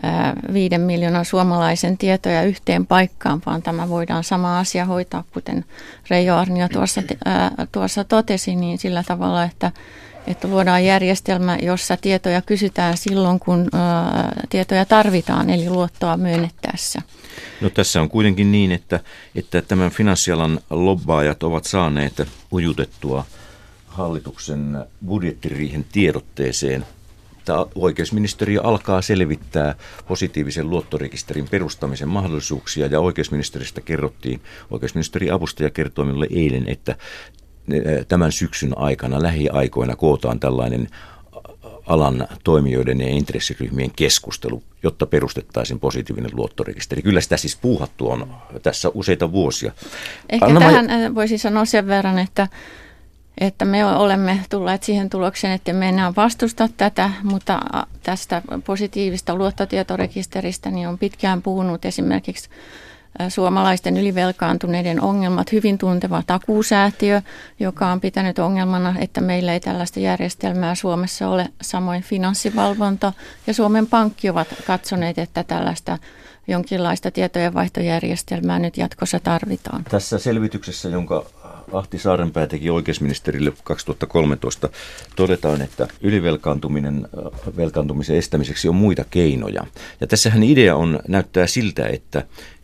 5 miljoonan suomalaisen tietoja yhteen paikkaan, vaan tämä voidaan sama asia hoitaa, kuten Reijo Aarnio tuossa totesi, niin sillä tavalla, että luodaan järjestelmä, jossa tietoja kysytään silloin, kun tietoja tarvitaan, eli luottoa myönnettäessä. No tässä on kuitenkin niin, että tämän finanssialan lobbaajat ovat saaneet ujutettua hallituksen budjettiriihen tiedotteeseen. Tämä oikeusministeriö alkaa selvittää positiivisen luottorekisterin perustamisen mahdollisuuksia ja oikeusministeristä kerrottiin, oikeusministerin avustaja kertoi minulle eilen, että tämän syksyn aikana lähiaikoina kootaan tällainen alan toimijoiden ja intressiryhmien keskustelu, jotta perustettaisiin positiivinen luottorekisteri. Kyllä sitä siis puuhattu on tässä useita vuosia. Ehkä tähän voisi sanoa sen verran, että me olemme tulleet siihen tulokseen, että me enää vastusta tätä, mutta tästä positiivista luottotietorekisteristä niin on pitkään puhunut esimerkiksi suomalaisten ylivelkaantuneiden ongelmat hyvin tunteva takuusäätiö, joka on pitänyt ongelmana, että meillä ei tällaista järjestelmää Suomessa ole. Samoin Finanssivalvonta ja Suomen Pankki ovat katsoneet, että tällaista jonkinlaista tietojenvaihtojärjestelmää nyt jatkossa tarvitaan. Tässä selvityksessä, jonka Ahti Saarenpää teki oikeusministerille 2013, todetaan, että velkaantumisen estämiseksi on muita keinoja. Ja tässähän idea näyttää siltä, että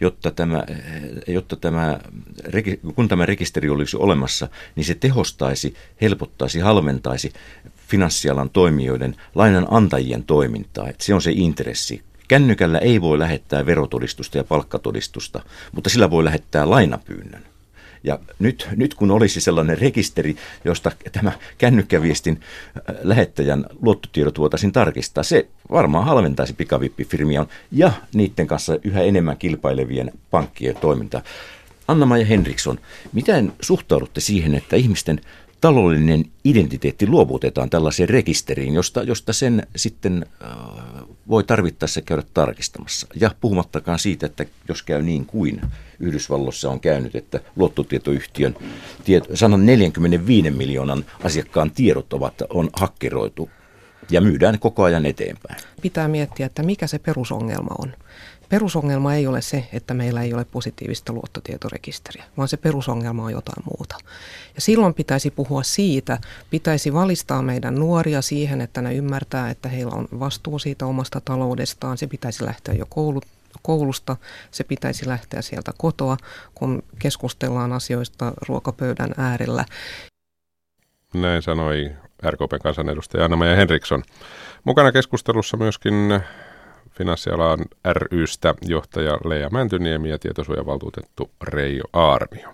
kun tämä rekisteri olisi olemassa, niin se tehostaisi, helpottaisi, halventaisi finanssialan toimijoiden, lainanantajien toimintaa. Että se on se intressi. Kännykällä ei voi lähettää verotodistusta ja palkkatodistusta, mutta sillä voi lähettää lainapyynnön. Ja nyt kun olisi sellainen rekisteri, josta tämä kännykkäviestin lähettäjän luottotiedot voitaisiin tarkistaa, se varmaan halventaisi pikavippifirmia ja niiden kanssa yhä enemmän kilpailevien pankkien toimintaa. Anna-Maija Henriksson, miten suhtaudutte siihen, että ihmisten taloudellinen identiteetti luovutetaan tällaiseen rekisteriin, josta sen sitten voi tarvittaessa käydä tarkistamassa? Ja puhumattakaan siitä, että jos käy niin kuin Yhdysvalloissa on käynyt, että luottotietoyhtiön 145 miljoonan asiakkaan tiedot on hakkeroitu ja myydään koko ajan eteenpäin. Pitää miettiä, että mikä se perusongelma on. Perusongelma ei ole se, että meillä ei ole positiivista luottotietorekisteriä, vaan se perusongelma on jotain muuta. Ja silloin pitäisi puhua siitä, pitäisi valistaa meidän nuoria siihen, että ne ymmärtää, että heillä on vastuu siitä omasta taloudestaan. Se pitäisi lähteä jo koulusta, se pitäisi lähteä sieltä kotoa, kun keskustellaan asioista ruokapöydän äärellä. Näin sanoi RKP:n kansanedustaja Anna-Maja Henriksson. Mukana keskustelussa myöskin Finanssialan ry:stä johtaja Leija Mäntyniemi ja tietosuojavaltuutettu Reijo Aarnio.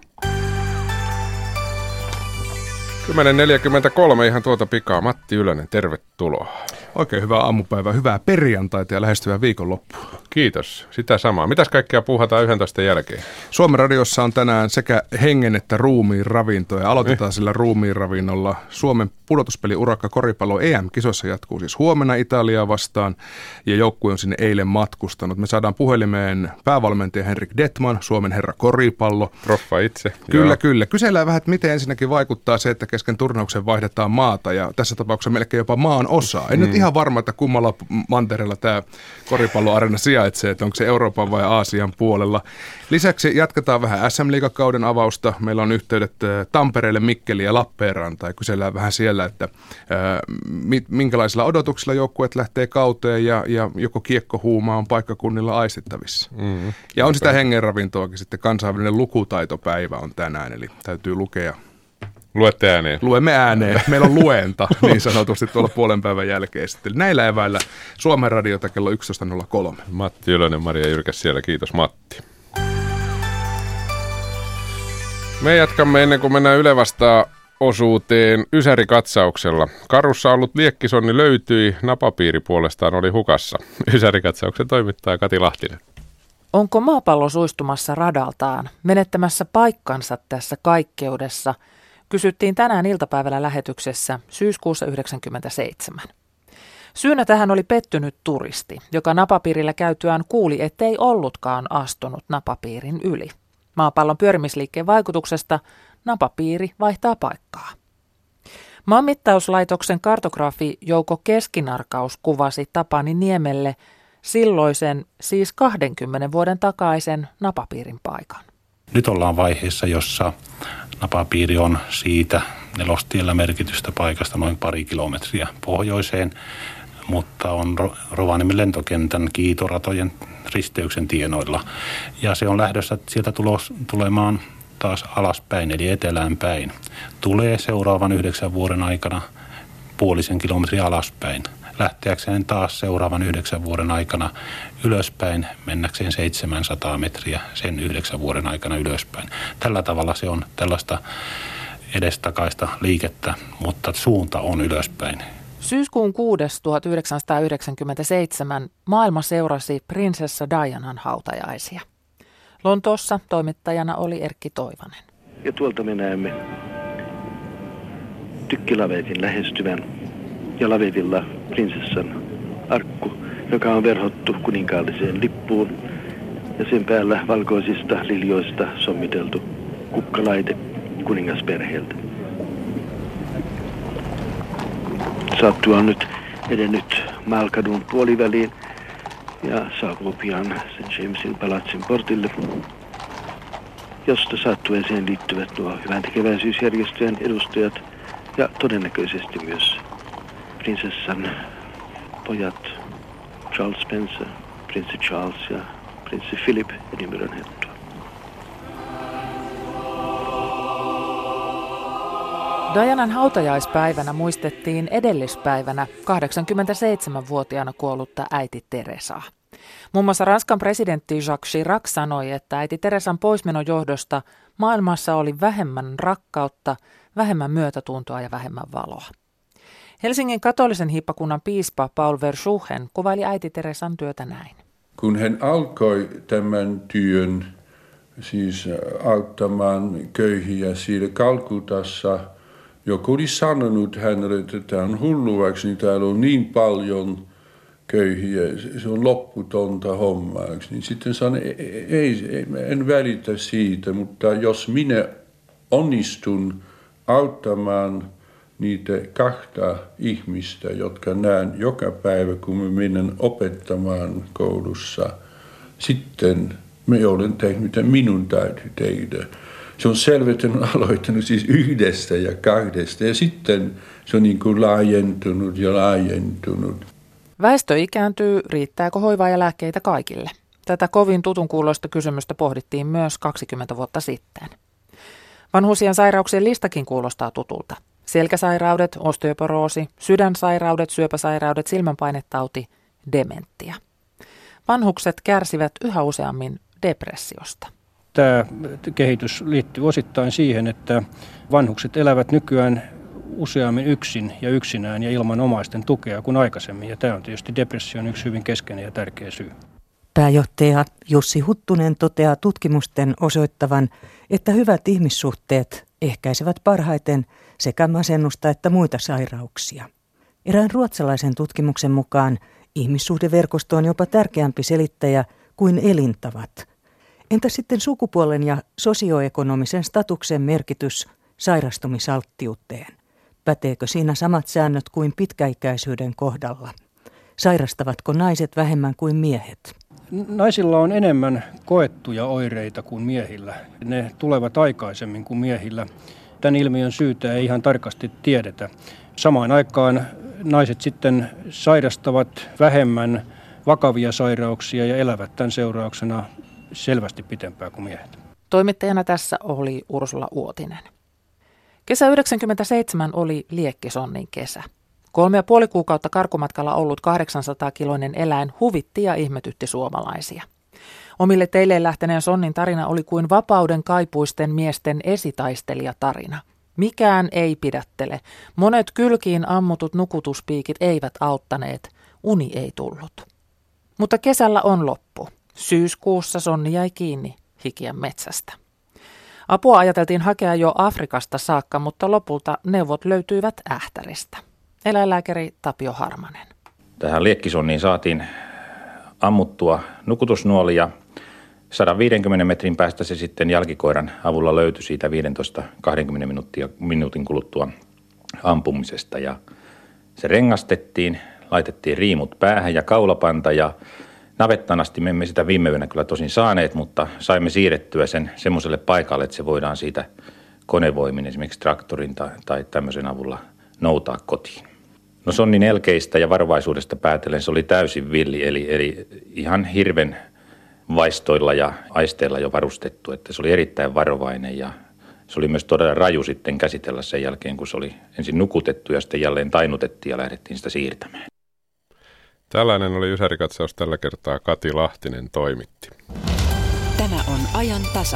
10.43 ihan tuota pikaa. Matti Ylönen, tervetuloa. Oikein hyvää aamupäivää, hyvää perjantaita ja lähestyvää viikonloppua. Kiitos, sitä samaa. Mitäs kaikkea puuhataan 11 jälkeen? Suomen radiossa on tänään sekä hengen että ruumiin ravintoja. Aloitetaan sillä ruumiin ravinnolla. Suomen pudotuspeliurakka koripallo EM-kisoissa jatkuu siis huomenna Italiaa vastaan ja joukkue on sinne eilen matkustanut. Me saadaan puhelimeen päävalmentaja Henrik Detman, Suomen herra koripallo. Proffa itse. Kyllä. Kysellään vähän, että miten ensinnäkin vaikuttaa se, että kesken turnauksen vaihdetaan maata ja tässä tapauksessa melkein jopa maan osaa. En nyt ihan varma, että kummalla mantereella tämä koripalloarena sijaitsee, että onko se Euroopan vai Aasian puolella. Lisäksi jatketaan vähän SM-liigakauden avausta. Meillä on yhteydet Tampereelle, Mikkeliin ja Lappeenrantaan ja kysellään vähän siellä, että minkälaisilla odotuksilla joukkueet lähtee kauteen ja joko kiekkohuuma on paikkakunnilla aistittavissa. Ja on sitä hengenravintoakin sitten, kansainvälinen lukutaitopäivä on tänään, eli täytyy lukea. Luette ääneen. Luemme ääneen. Meillä on luenta niin sanotusti tuolla puolen päivän jälkeen sitten. Näillä eväillä Suomen radiota kello 11.03. Matti Ylönen, Maria Jyrkäs siellä. Kiitos Matti. Me jatkamme ennen kuin mennään Yle vastaa osuuteen Ysärikatsauksella. Karussa ollut liekkisonni löytyi, napapiiri puolestaan oli hukassa. Ysärikatsauksen toimittaja Kati Lahtinen. Onko maapallo suistumassa radaltaan, menettämässä paikkansa tässä kaikkeudessa? Kysyttiin tänään iltapäivällä lähetyksessä syyskuussa 1997. Syynä tähän oli pettynyt turisti, joka napapiirillä käytyään kuuli, ettei ollutkaan astunut napapiirin yli. Maapallon pyörimisliikkeen vaikutuksesta napapiiri vaihtaa paikkaa. Maanmittauslaitoksen kartografi Jouko Keskinarkaus kuvasi Tapani Niemelle silloisen, siis 20 vuoden takaisen napapiirin paikan. Nyt ollaan vaiheessa, jossa napapiiri on siitä Nelostiellä merkitystä paikasta noin 2 kilometriä pohjoiseen, mutta on Rovaniemen lentokentän kiitoratojen risteyksen tienoilla. Ja se on lähdössä sieltä tulemaan taas alaspäin, eli etelään päin. Tulee seuraavan 9 vuoden aikana 0,5 kilometriä alaspäin. Lähteäkseen taas seuraavan 9 vuoden aikana ylöspäin, mennäkseen 700 metriä sen 9 vuoden aikana ylöspäin. Tällä tavalla se on tällaista edestakaista liikettä, mutta suunta on ylöspäin. Syyskuun 6. 1997 maailma seurasi prinsessa Dianan hautajaisia. Lontoossa toimittajana oli Erkki Toivanen. Ja tuolta me näemme tykkilavetin lähestyvän ja lavetilla prinsessan arkku, joka on verhottu kuninkaalliseen lippuun ja sen päällä valkoisista liljoista sommiteltu kukkalaite kuningasperheeltä. Saattua on nyt edennyt Maalkadun puoliväliin ja saapuu pian St. Jamesin palatsin portille, josta saattueeseen liittyvät nuo hyväntekeväisyysjärjestöjen edustajat ja todennäköisesti myös prinsessan pojat Charles Spencer, prinssi Charles ja prinssi Philip Edinburghin hettua. Dianan hautajaispäivänä muistettiin edellispäivänä 87-vuotiaana kuollutta äiti Teresaa. Muun muassa Ranskan presidentti Jacques Chirac sanoi, että äiti Teresan poismenon johdosta maailmassa oli vähemmän rakkautta, vähemmän myötätuntoa ja vähemmän valoa. Helsingin katolisen hiippakunnan piispa Paul Verschuchen kuvaili äiti Teresan työtä näin. Kun hän alkoi tämän työn, siis auttamaan köyhiä siellä Kalkutassa, joku oli sanonut hänelle, että tämä on hulluaksi, niin täällä on niin paljon köyhiä, se on lopputonta hommaa. Niin sitten sanoin, ei, en välitä siitä, mutta jos minä onnistun auttamaan niitä 2 ihmistä, jotka näen joka päivä, kun me menen opettamaan koulussa, sitten me olen tehnyt, mitä minun täytyy tehdä. Se on selvä, että on aloittanut siis 1 ja 2 ja sitten se on niin kuin laajentunut ja laajentunut. Väestö ikääntyy, riittääkö hoivaa ja lääkkeitä kaikille? Tätä kovin tutun kuuloista kysymystä pohdittiin myös 20 vuotta sitten. Vanhuusien sairauksien listakin kuulostaa tutulta. Selkäsairaudet, osteoporoosi, sydänsairaudet, syöpäsairaudet, silmänpainetauti, dementia. Vanhukset kärsivät yhä useammin depressiosta. Tämä kehitys liittyy osittain siihen, että vanhukset elävät nykyään useammin yksin ja yksinään ja ilman omaisten tukea kuin aikaisemmin. Ja tämä on tietysti depression yksi hyvin keskeinen ja tärkeä syy. Pääjohtaja Jussi Huttunen toteaa tutkimusten osoittavan, että hyvät ihmissuhteet ehkäisevät parhaiten sekä masennusta että muita sairauksia. Erään ruotsalaisen tutkimuksen mukaan ihmissuhdeverkosto on jopa tärkeämpi selittäjä kuin elintavat. Entä sitten sukupuolen ja sosioekonomisen statuksen merkitys sairastumisalttiuteen? Päteekö siinä samat säännöt kuin pitkäikäisyyden kohdalla? Sairastavatko naiset vähemmän kuin miehet? Naisilla on enemmän koettuja oireita kuin miehillä. Ne tulevat aikaisemmin kuin miehillä. Tämän ilmiön syytä ei ihan tarkasti tiedetä. Samaan aikaan naiset sitten sairastavat vähemmän vakavia sairauksia ja elävät tämän seurauksena selvästi pitempään kuin miehet. Toimittajana tässä oli Ursula Uotinen. Kesä 1997 oli liekkisonnin kesä. 3,5 kuukautta karkumatkalla ollut 800-kiloinen eläin huvitti ja ihmetytti suomalaisia. Omille teille lähteneen sonnin tarina oli kuin vapauden kaipuisten miesten esitaistelijatarina. Mikään ei pidättele. Monet kylkiin ammutut nukutuspiikit eivät auttaneet. Uni ei tullut. Mutta kesällä on loppu. Syyskuussa sonni jäi kiinni Hikiän metsästä. Apua ajateltiin hakea jo Afrikasta saakka, mutta lopulta neuvot löytyivät Ähtäristä. Eläinlääkäri Tapio Harmanen. Tähän liekkisonniin saatiin ammuttua nukutusnuoli ja 150 metrin päästä se sitten jälkikoiran avulla löytyi siitä 15-20 minuutin kuluttua ampumisesta. Ja se rengastettiin, laitettiin riimut päähän ja kaulapanta ja navettaan asti me emme sitä viime yönä kyllä tosin saaneet, mutta saimme siirrettyä sen semmoiselle paikalle, että se voidaan siitä konevoimin, esimerkiksi traktorin tai tämmöisen avulla noutaa kotiin. No sonnin elkeistä ja varovaisuudesta päätellen se oli täysin villi, eli ihan hirven vaistoilla ja aisteilla jo varustettu, että se oli erittäin varovainen ja se oli myös todella raju sitten käsitellä sen jälkeen, kun se oli ensin nukutettu ja sitten jälleen tainutettiin ja lähdettiin sitä siirtämään. Tällainen oli Ysärikatsaus tällä kertaa. Kati Lahtinen toimitti. Tämä on ajan tasa.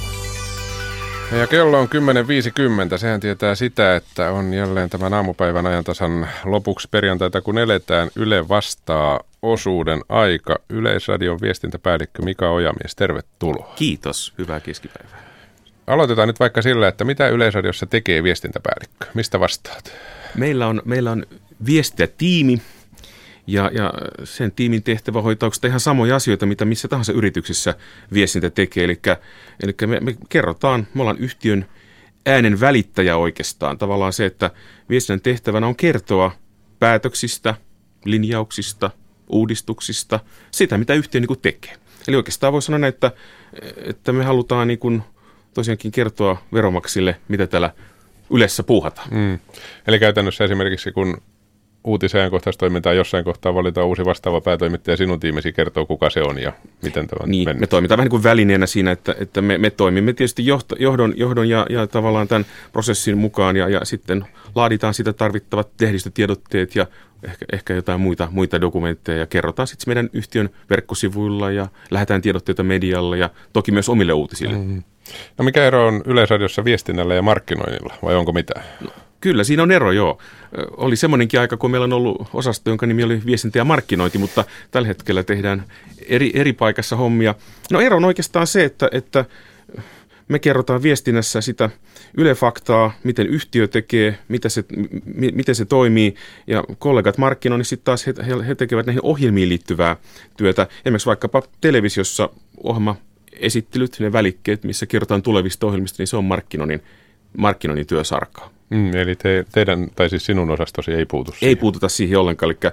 Ja kello on 10.50. Sehän tietää sitä, että on jälleen tämän aamupäivän ajantasan lopuksi perjantaita, kun eletään. Yle vastaa osuuden aika. Yleisradion viestintäpäällikkö Mika Ojamies, tervetuloa. Kiitos, hyvää keskipäivää. Aloitetaan nyt vaikka sillä, että mitä Yleisradiossa tekee viestintäpäällikkö? Mistä vastaat? Meillä on viestintätiimi. Ja sen tiimin tehtävä hoitaa ihan samoja asioita, mitä missä tahansa yrityksissä viestintä tekee. Eli me kerrotaan, me ollaan yhtiön äänen välittäjä oikeastaan. Tavallaan se, että viestinnän tehtävänä on kertoa päätöksistä, linjauksista, uudistuksista, sitä mitä yhtiö niin kuin tekee. Eli oikeastaan voi sanoa, että me halutaan niin kuin tosiaankin kertoa veronmaksille, mitä täällä Ylessä puuhataan. Eli käytännössä esimerkiksi kun uutisajankohtaistoimintaa jossain kohtaa valitaan uusi vastaava päätoimittaja, sinun tiimesi kertoo, kuka se on ja miten tämä on mennyt. Me toimitaan vähän niin kuin välineenä siinä, että me toimimme tietysti johdon ja tavallaan tämän prosessin mukaan ja sitten laaditaan sitä tarvittavat lehdistötiedotteet ja ehkä jotain muita dokumentteja ja kerrotaan sitten meidän yhtiön verkkosivuilla ja lähetään tiedotteita medialle ja toki myös omille uutisille. No mikä ero on Yleisradiossa viestinnällä ja markkinoinnilla vai onko mitään? Kyllä, siinä on ero, joo. Oli semmoinenkin aika, kun meillä on ollut osasto, jonka nimi oli viestintä ja markkinointi, mutta tällä hetkellä tehdään eri paikassa hommia. No ero on oikeastaan se, että me kerrotaan viestinnässä sitä Yle-faktaa, miten yhtiö tekee, miten se toimii, ja kollegat markkinoinnissa sitten taas he tekevät näihin ohjelmiin liittyvää työtä. Esimerkiksi vaikkapa televisiossa ohjelmaesittelyt, ne välikkeet, missä kerrotaan tulevista ohjelmista, niin se on markkinoinnin työsarkaa. Eli teidän, tai siis sinun osastosi ei puutu siihen? Ei puututa siihen ollenkaan. Eli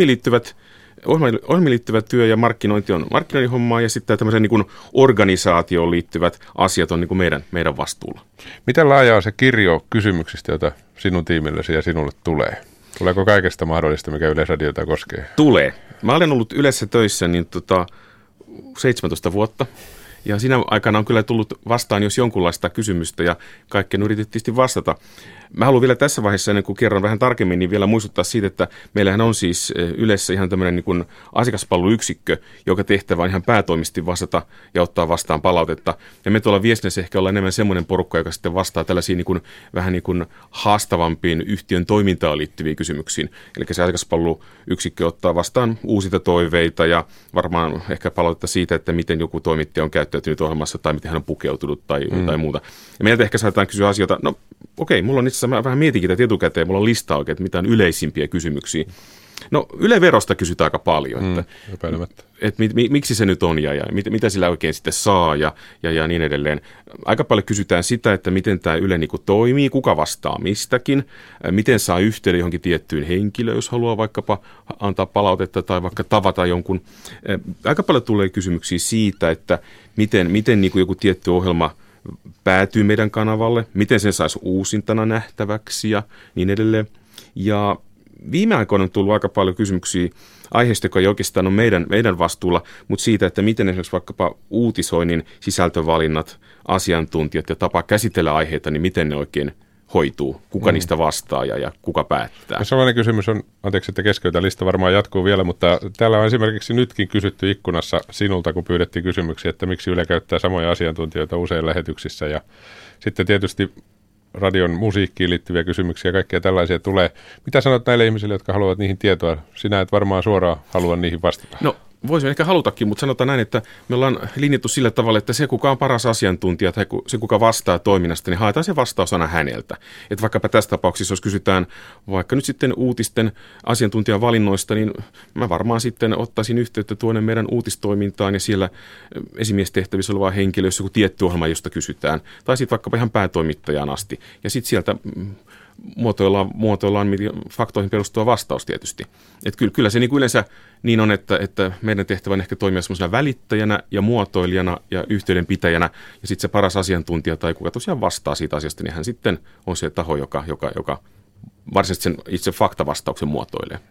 ohjelmiin liittyvä työ ja markkinointi on markkinoinnin hommaa, ja sitten tämmöisen niin kuin organisaatioon liittyvät asiat on niin kuin meidän vastuulla. Miten laaja on se kirjo kysymyksistä, joita sinun tiimillesi ja sinulle tulee? Tuleeko kaikesta mahdollista, mikä Yleisradiota koskee? Tulee. Mä olen ollut Ylessä töissä 17 vuotta. Ja siinä aikana on kyllä tullut vastaan jos jonkunlaista kysymystä ja kaikkeen yritettiin vastata. Mä haluan vielä tässä vaiheessa, ennen kuin kerron vähän tarkemmin, niin vielä muistuttaa siitä, että meillähän on siis Ylessä ihan tämmöinen niin kuin asiakaspalveluyksikkö, joka tehtävä on ihan päätoimisesti vastata ja ottaa vastaan palautetta. Ja me tuolla viestinnässä ehkä ollaan enemmän semmoinen porukka, joka sitten vastaa tällaisiin niin kuin, vähän niin kuin haastavampiin yhtiön toimintaan liittyviin kysymyksiin. Eli se asiakaspalveluyksikkö ottaa vastaan uusita toiveita ja varmaan ehkä palautetta siitä, että miten joku toimittaja on käyttäytynyt ohjelmassa tai miten hän on pukeutunut tai muuta. Ja meiltä ehkä saatetaan kysyä asioita, no okei, mulla on itse asiassa, mä vähän mietinkin tätä etukäteen, mulla on lista oikein, että mitä on yleisimpiä kysymyksiä. No Yle-verosta kysytään aika paljon, että miksi se nyt on ja mitä sillä oikein sitten saa ja niin edelleen. Aika paljon kysytään sitä, että miten tämä Yle niin kuin toimii, kuka vastaa mistäkin, miten saa yhteyden johonkin tiettyyn henkilöön, jos haluaa vaikkapa antaa palautetta tai vaikka tavata jonkun. Aika paljon tulee kysymyksiä siitä, että miten niin kuin joku tietty ohjelma päätyy meidän kanavalle, miten sen saisi uusintana nähtäväksi ja niin edelleen. Ja viime aikoina on tullut aika paljon kysymyksiä aiheesta, joka ei oikeastaan ole meidän vastuulla, mutta siitä, että miten esimerkiksi vaikkapa uutisoinnin sisältövalinnat, asiantuntijat ja tapa käsitellä aiheita, niin miten ne oikein hoituu, kuka niistä vastaa ja kuka päättää. Sellainen kysymys on, anteeksi, että keskeytä, lista varmaan jatkuu vielä, mutta täällä on esimerkiksi nytkin kysytty ikkunassa sinulta, kun pyydettiin kysymyksiä, että miksi Yle käyttää samoja asiantuntijoita usein lähetyksissä ja sitten tietysti radion musiikkiin liittyviä kysymyksiä ja kaikkea tällaisia tulee. Mitä sanot näille ihmisille, jotka haluavat niihin tietoa? Sinä et varmaan suoraan halua niihin vastata. No, voisin ehkä halutakin, mutta sanotaan näin, että me ollaan linjattu sillä tavalla, että se, kuka on paras asiantuntija tai se, kuka vastaa toiminnasta, niin haetaan se vastaus aina häneltä. Että vaikkapa tässä tapauksessa, jos kysytään vaikka nyt sitten uutisten asiantuntijan valinnoista, niin mä varmaan sitten ottaisin yhteyttä tuonne meidän uutistoimintaan ja siellä esimiestehtävissä oleva henkilö, jos joku tietty ohjelma, josta kysytään, tai sitten vaikkapa ihan päätoimittajaan asti. Ja sitten sieltä muotoillaan faktoihin perustuva vastaus tietysti. Että kyllä se niin kuin yleensä niin on, että meidän tehtävä on ehkä toimia semmoisena välittäjänä ja muotoilijana ja yhteydenpitäjänä, ja sitten se paras asiantuntija tai kuka tosiaan vastaa siitä asiasta, niin hän sitten on se taho, joka varsinaisesti sen itse faktavastauksen muotoilee.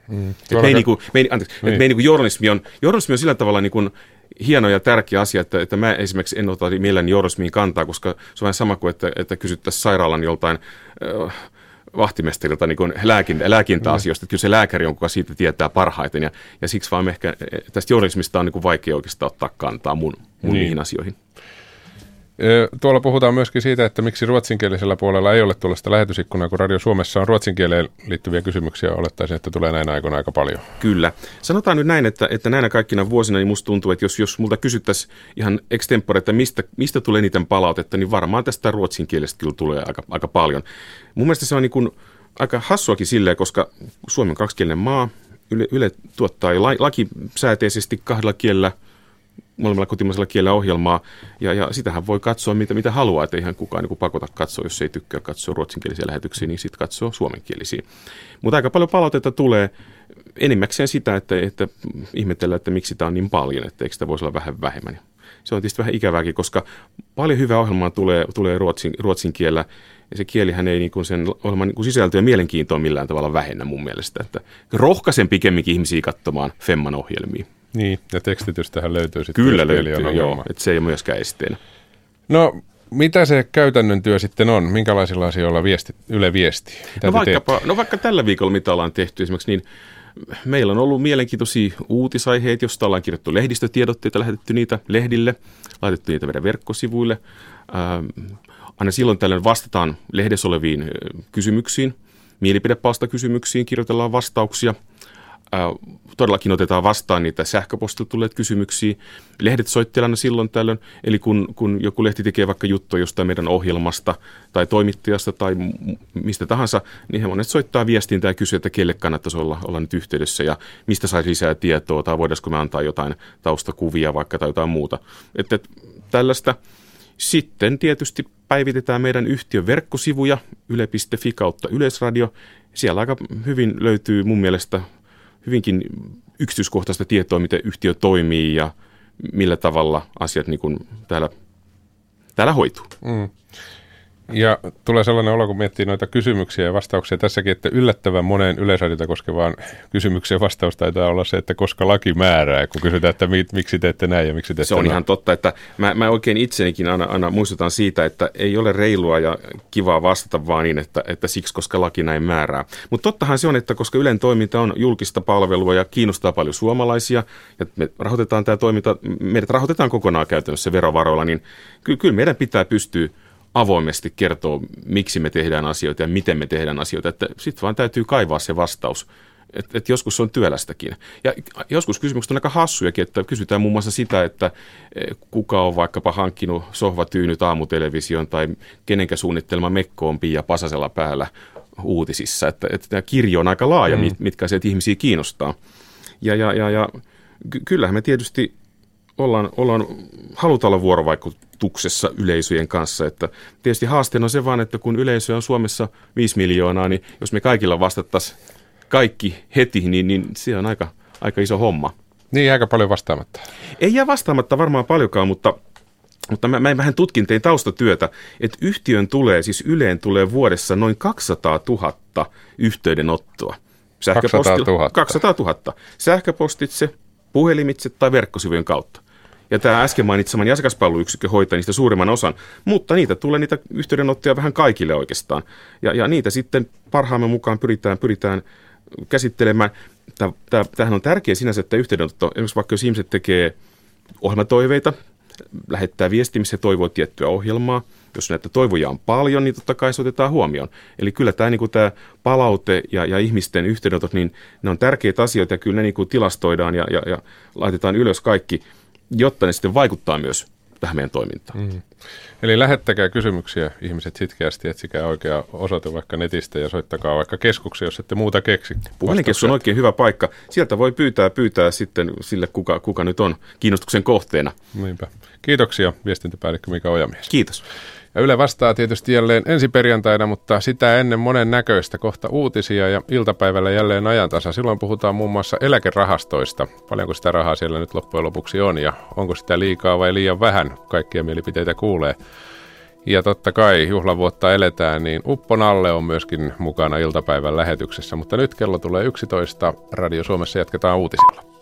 Journalismi on sillä tavalla niin kuin hieno ja tärkeä asia, että mä esimerkiksi en ota mielelläni journalismiin kantaa, koska se on vähän sama kuin, että kysyttäisiin sairaalan joltain vahtimestarilta niin lääkintäasioista, että kyllä se lääkäri on, kuka siitä tietää parhaiten, ja siksi vaan ehkä tästä journalismista on niin kuin vaikea oikeastaan ottaa kantaa mun niihin asioihin. Tuolla puhutaan myöskin siitä, että miksi ruotsinkielisellä puolella ei ole tuollaista lähetysikkunaa, kun Radio Suomessa on ruotsin kieleen liittyviä kysymyksiä. Olettaisin, että tulee näinä aikoina aika paljon. Kyllä. Sanotaan nyt näin, että näinä kaikkina vuosina niin musta tuntuu, että jos multa kysyttäisiin ihan extempore, että mistä tulee niiden palautetta, niin varmaan tästä ruotsin kielestä kyllä tulee aika paljon. Mun mielestä se on niin kuin aika hassuakin silleen, koska Suomi on kaksikielinen maa. Yle tuottaa lakisääteisesti kahdella kielellä, molemmilla kotimaisella kielellä ohjelmaa, ja sitähän voi katsoa mitä haluaa, että eihän kukaan niin pakota katsoa, jos ei tykkää katsoa ruotsinkielisiä lähetyksiä, niin sitten katsoo suomenkielisiä. Mutta aika paljon palautetta tulee enimmäkseen sitä, että ihmetellään, että miksi tämä on niin paljon, että eikö sitä voisi olla vähän vähemmän. Se on tietysti vähän ikävääkin, koska paljon hyvää ohjelmaa tulee ruotsin kielellä, ja se kielihän ei niin sen ohjelman niin sisältöä ja mielenkiintoa millään tavalla vähennä mun mielestä. Että rohkaisen pikemminkin ihmisiä katsomaan Femman ohjelmia. Niin, ja tekstitystähän löytyy sitten. Kyllä löytyy, joo, että se ei ole myöskään esteenä. No, mitä se käytännön työ sitten on? Minkälaisilla asioilla Yle viestii? Vaikka tällä viikolla, mitä ollaan tehty esimerkiksi, niin meillä on ollut mielenkiintoisia uutisaiheita, joista ollaan kirjoittu lehdistötiedotteita, lähetetty niitä lehdille, laitettu niitä meidän verkkosivuille. Aina silloin tällöin vastataan lehdessä oleviin kysymyksiin, mielipidepalstakysymyksiin, kirjoitellaan vastauksia. Todellakin otetaan vastaan niitä sähköpostilla tulleet kysymyksiä. Lehdet soittelana silloin tällöin, eli kun joku lehti tekee vaikka juttua jostain meidän ohjelmasta tai toimittajasta tai mistä tahansa, niin he monet soittaa viestintää ja kysyy, että kelle kannattaisi olla nyt yhteydessä ja mistä saisi lisää tietoa tai voidaanko me antaa jotain taustakuvia vaikka tai jotain muuta. Että tällaista. Sitten tietysti päivitetään meidän yhtiön verkkosivuja yle.fi/Yleisradio. Siellä aika hyvin löytyy mun mielestä hyvinkin yksityiskohtaista tietoa, miten yhtiö toimii ja millä tavalla asiat niin kuin täällä hoituu. Ja tulee sellainen olo, kun miettii noita kysymyksiä ja vastauksia tässäkin, että yllättävän moneen Yleisradiota koskevaan kysymykseen vastaus taitaa olla se, että koska laki määrää, kun kysytään, että miksi teette näin ja miksi teette Se on näin. ihan totta, että mä oikein itsenikin aina muistutan siitä, että ei ole reilua ja kivaa vastata vaan niin, että siksi, koska laki näin määrää. Mutta tottahan se on, että koska Ylen toiminta on julkista palvelua ja kiinnostaa paljon suomalaisia, ja me rahoitetaan tämä toiminta, meidät rahoitetaan kokonaan käytännössä verovaroilla, niin kyllä meidän pitää pystyä avoimesti kertoo, miksi me tehdään asioita ja miten me tehdään asioita. Sitten vaan täytyy kaivaa se vastaus. Et joskus se on työlästäkin. Ja joskus kysymykset on aika hassujakin, että kysytään muun muassa sitä, että kuka on vaikkapa hankkinut sohvatyynyt aamutelevision tai kenenkä suunnittelema mekko on Pia Pasasella päällä uutisissa. Että tämä kirjo on aika laaja, mitkä asiat ihmisiä kiinnostaa. Ja kyllähän me tietysti halutaan olla vuorovaikutuksessa yleisöjen kanssa. Että tietysti haasteena on se vaan, että kun yleisö on Suomessa 5 miljoonaa, niin jos me kaikilla vastattaisiin kaikki heti, niin se on aika iso homma. Niin, aika paljon vastaamatta. Ei jää vastaamatta varmaan paljonkaan, mutta mä vähän tein taustatyötä, että Yleen tulee vuodessa noin 200 000 yhteydenottoa. 200 000. Sähköpostitse, puhelimitse tai verkkosivujen kautta. Ja tämä äsken mainitsemani asiakaspalveluyksikkö hoitaa niistä suurimman osan, mutta niitä yhteydenottoja vähän kaikille oikeastaan. Ja niitä sitten parhaamme mukaan pyritään käsittelemään. Tämähän on tärkeä sinänsä, että yhteydenotto, esimerkiksi vaikka jos ihmiset tekee ohjelmatoiveita, lähettää viestiä, missä toivoo tiettyä ohjelmaa. Jos näitä toivoja on paljon, niin totta kai se otetaan huomioon. Eli kyllä tämä palaute ja ihmisten yhteydenotot, niin ne on tärkeitä asioita ja kyllä ne tilastoidaan ja laitetaan ylös kaikki, jotta ne sitten vaikuttaa myös tähän meidän toimintaan. Mm. Eli lähettäkää kysymyksiä ihmiset sitkeästi, etsikää oikea osoite vaikka netistä ja soittakaa vaikka keskukseen, jos ette muuta keksi. Puhelinkeskus on oikein hyvä paikka. Sieltä voi pyytää sitten sille, kuka nyt on kiinnostuksen kohteena. Niinpä. Kiitoksia viestintäpäällikkö Mika Ojamies. Kiitos. Ja Yle vastaa tietysti jälleen ensi perjantaina, mutta sitä ennen monen näköistä kohta uutisia ja iltapäivällä jälleen ajantasa. Silloin puhutaan muun muassa eläkerahastoista. Paljonko sitä rahaa siellä nyt loppujen lopuksi on ja onko sitä liikaa vai liian vähän? Kaikkia mielipiteitä kuulee. Ja totta kai juhlavuotta eletään, niin Uppo Nalle on myöskin mukana iltapäivän lähetyksessä. Mutta nyt kello tulee 11. Radio Suomessa jatketaan uutisilla.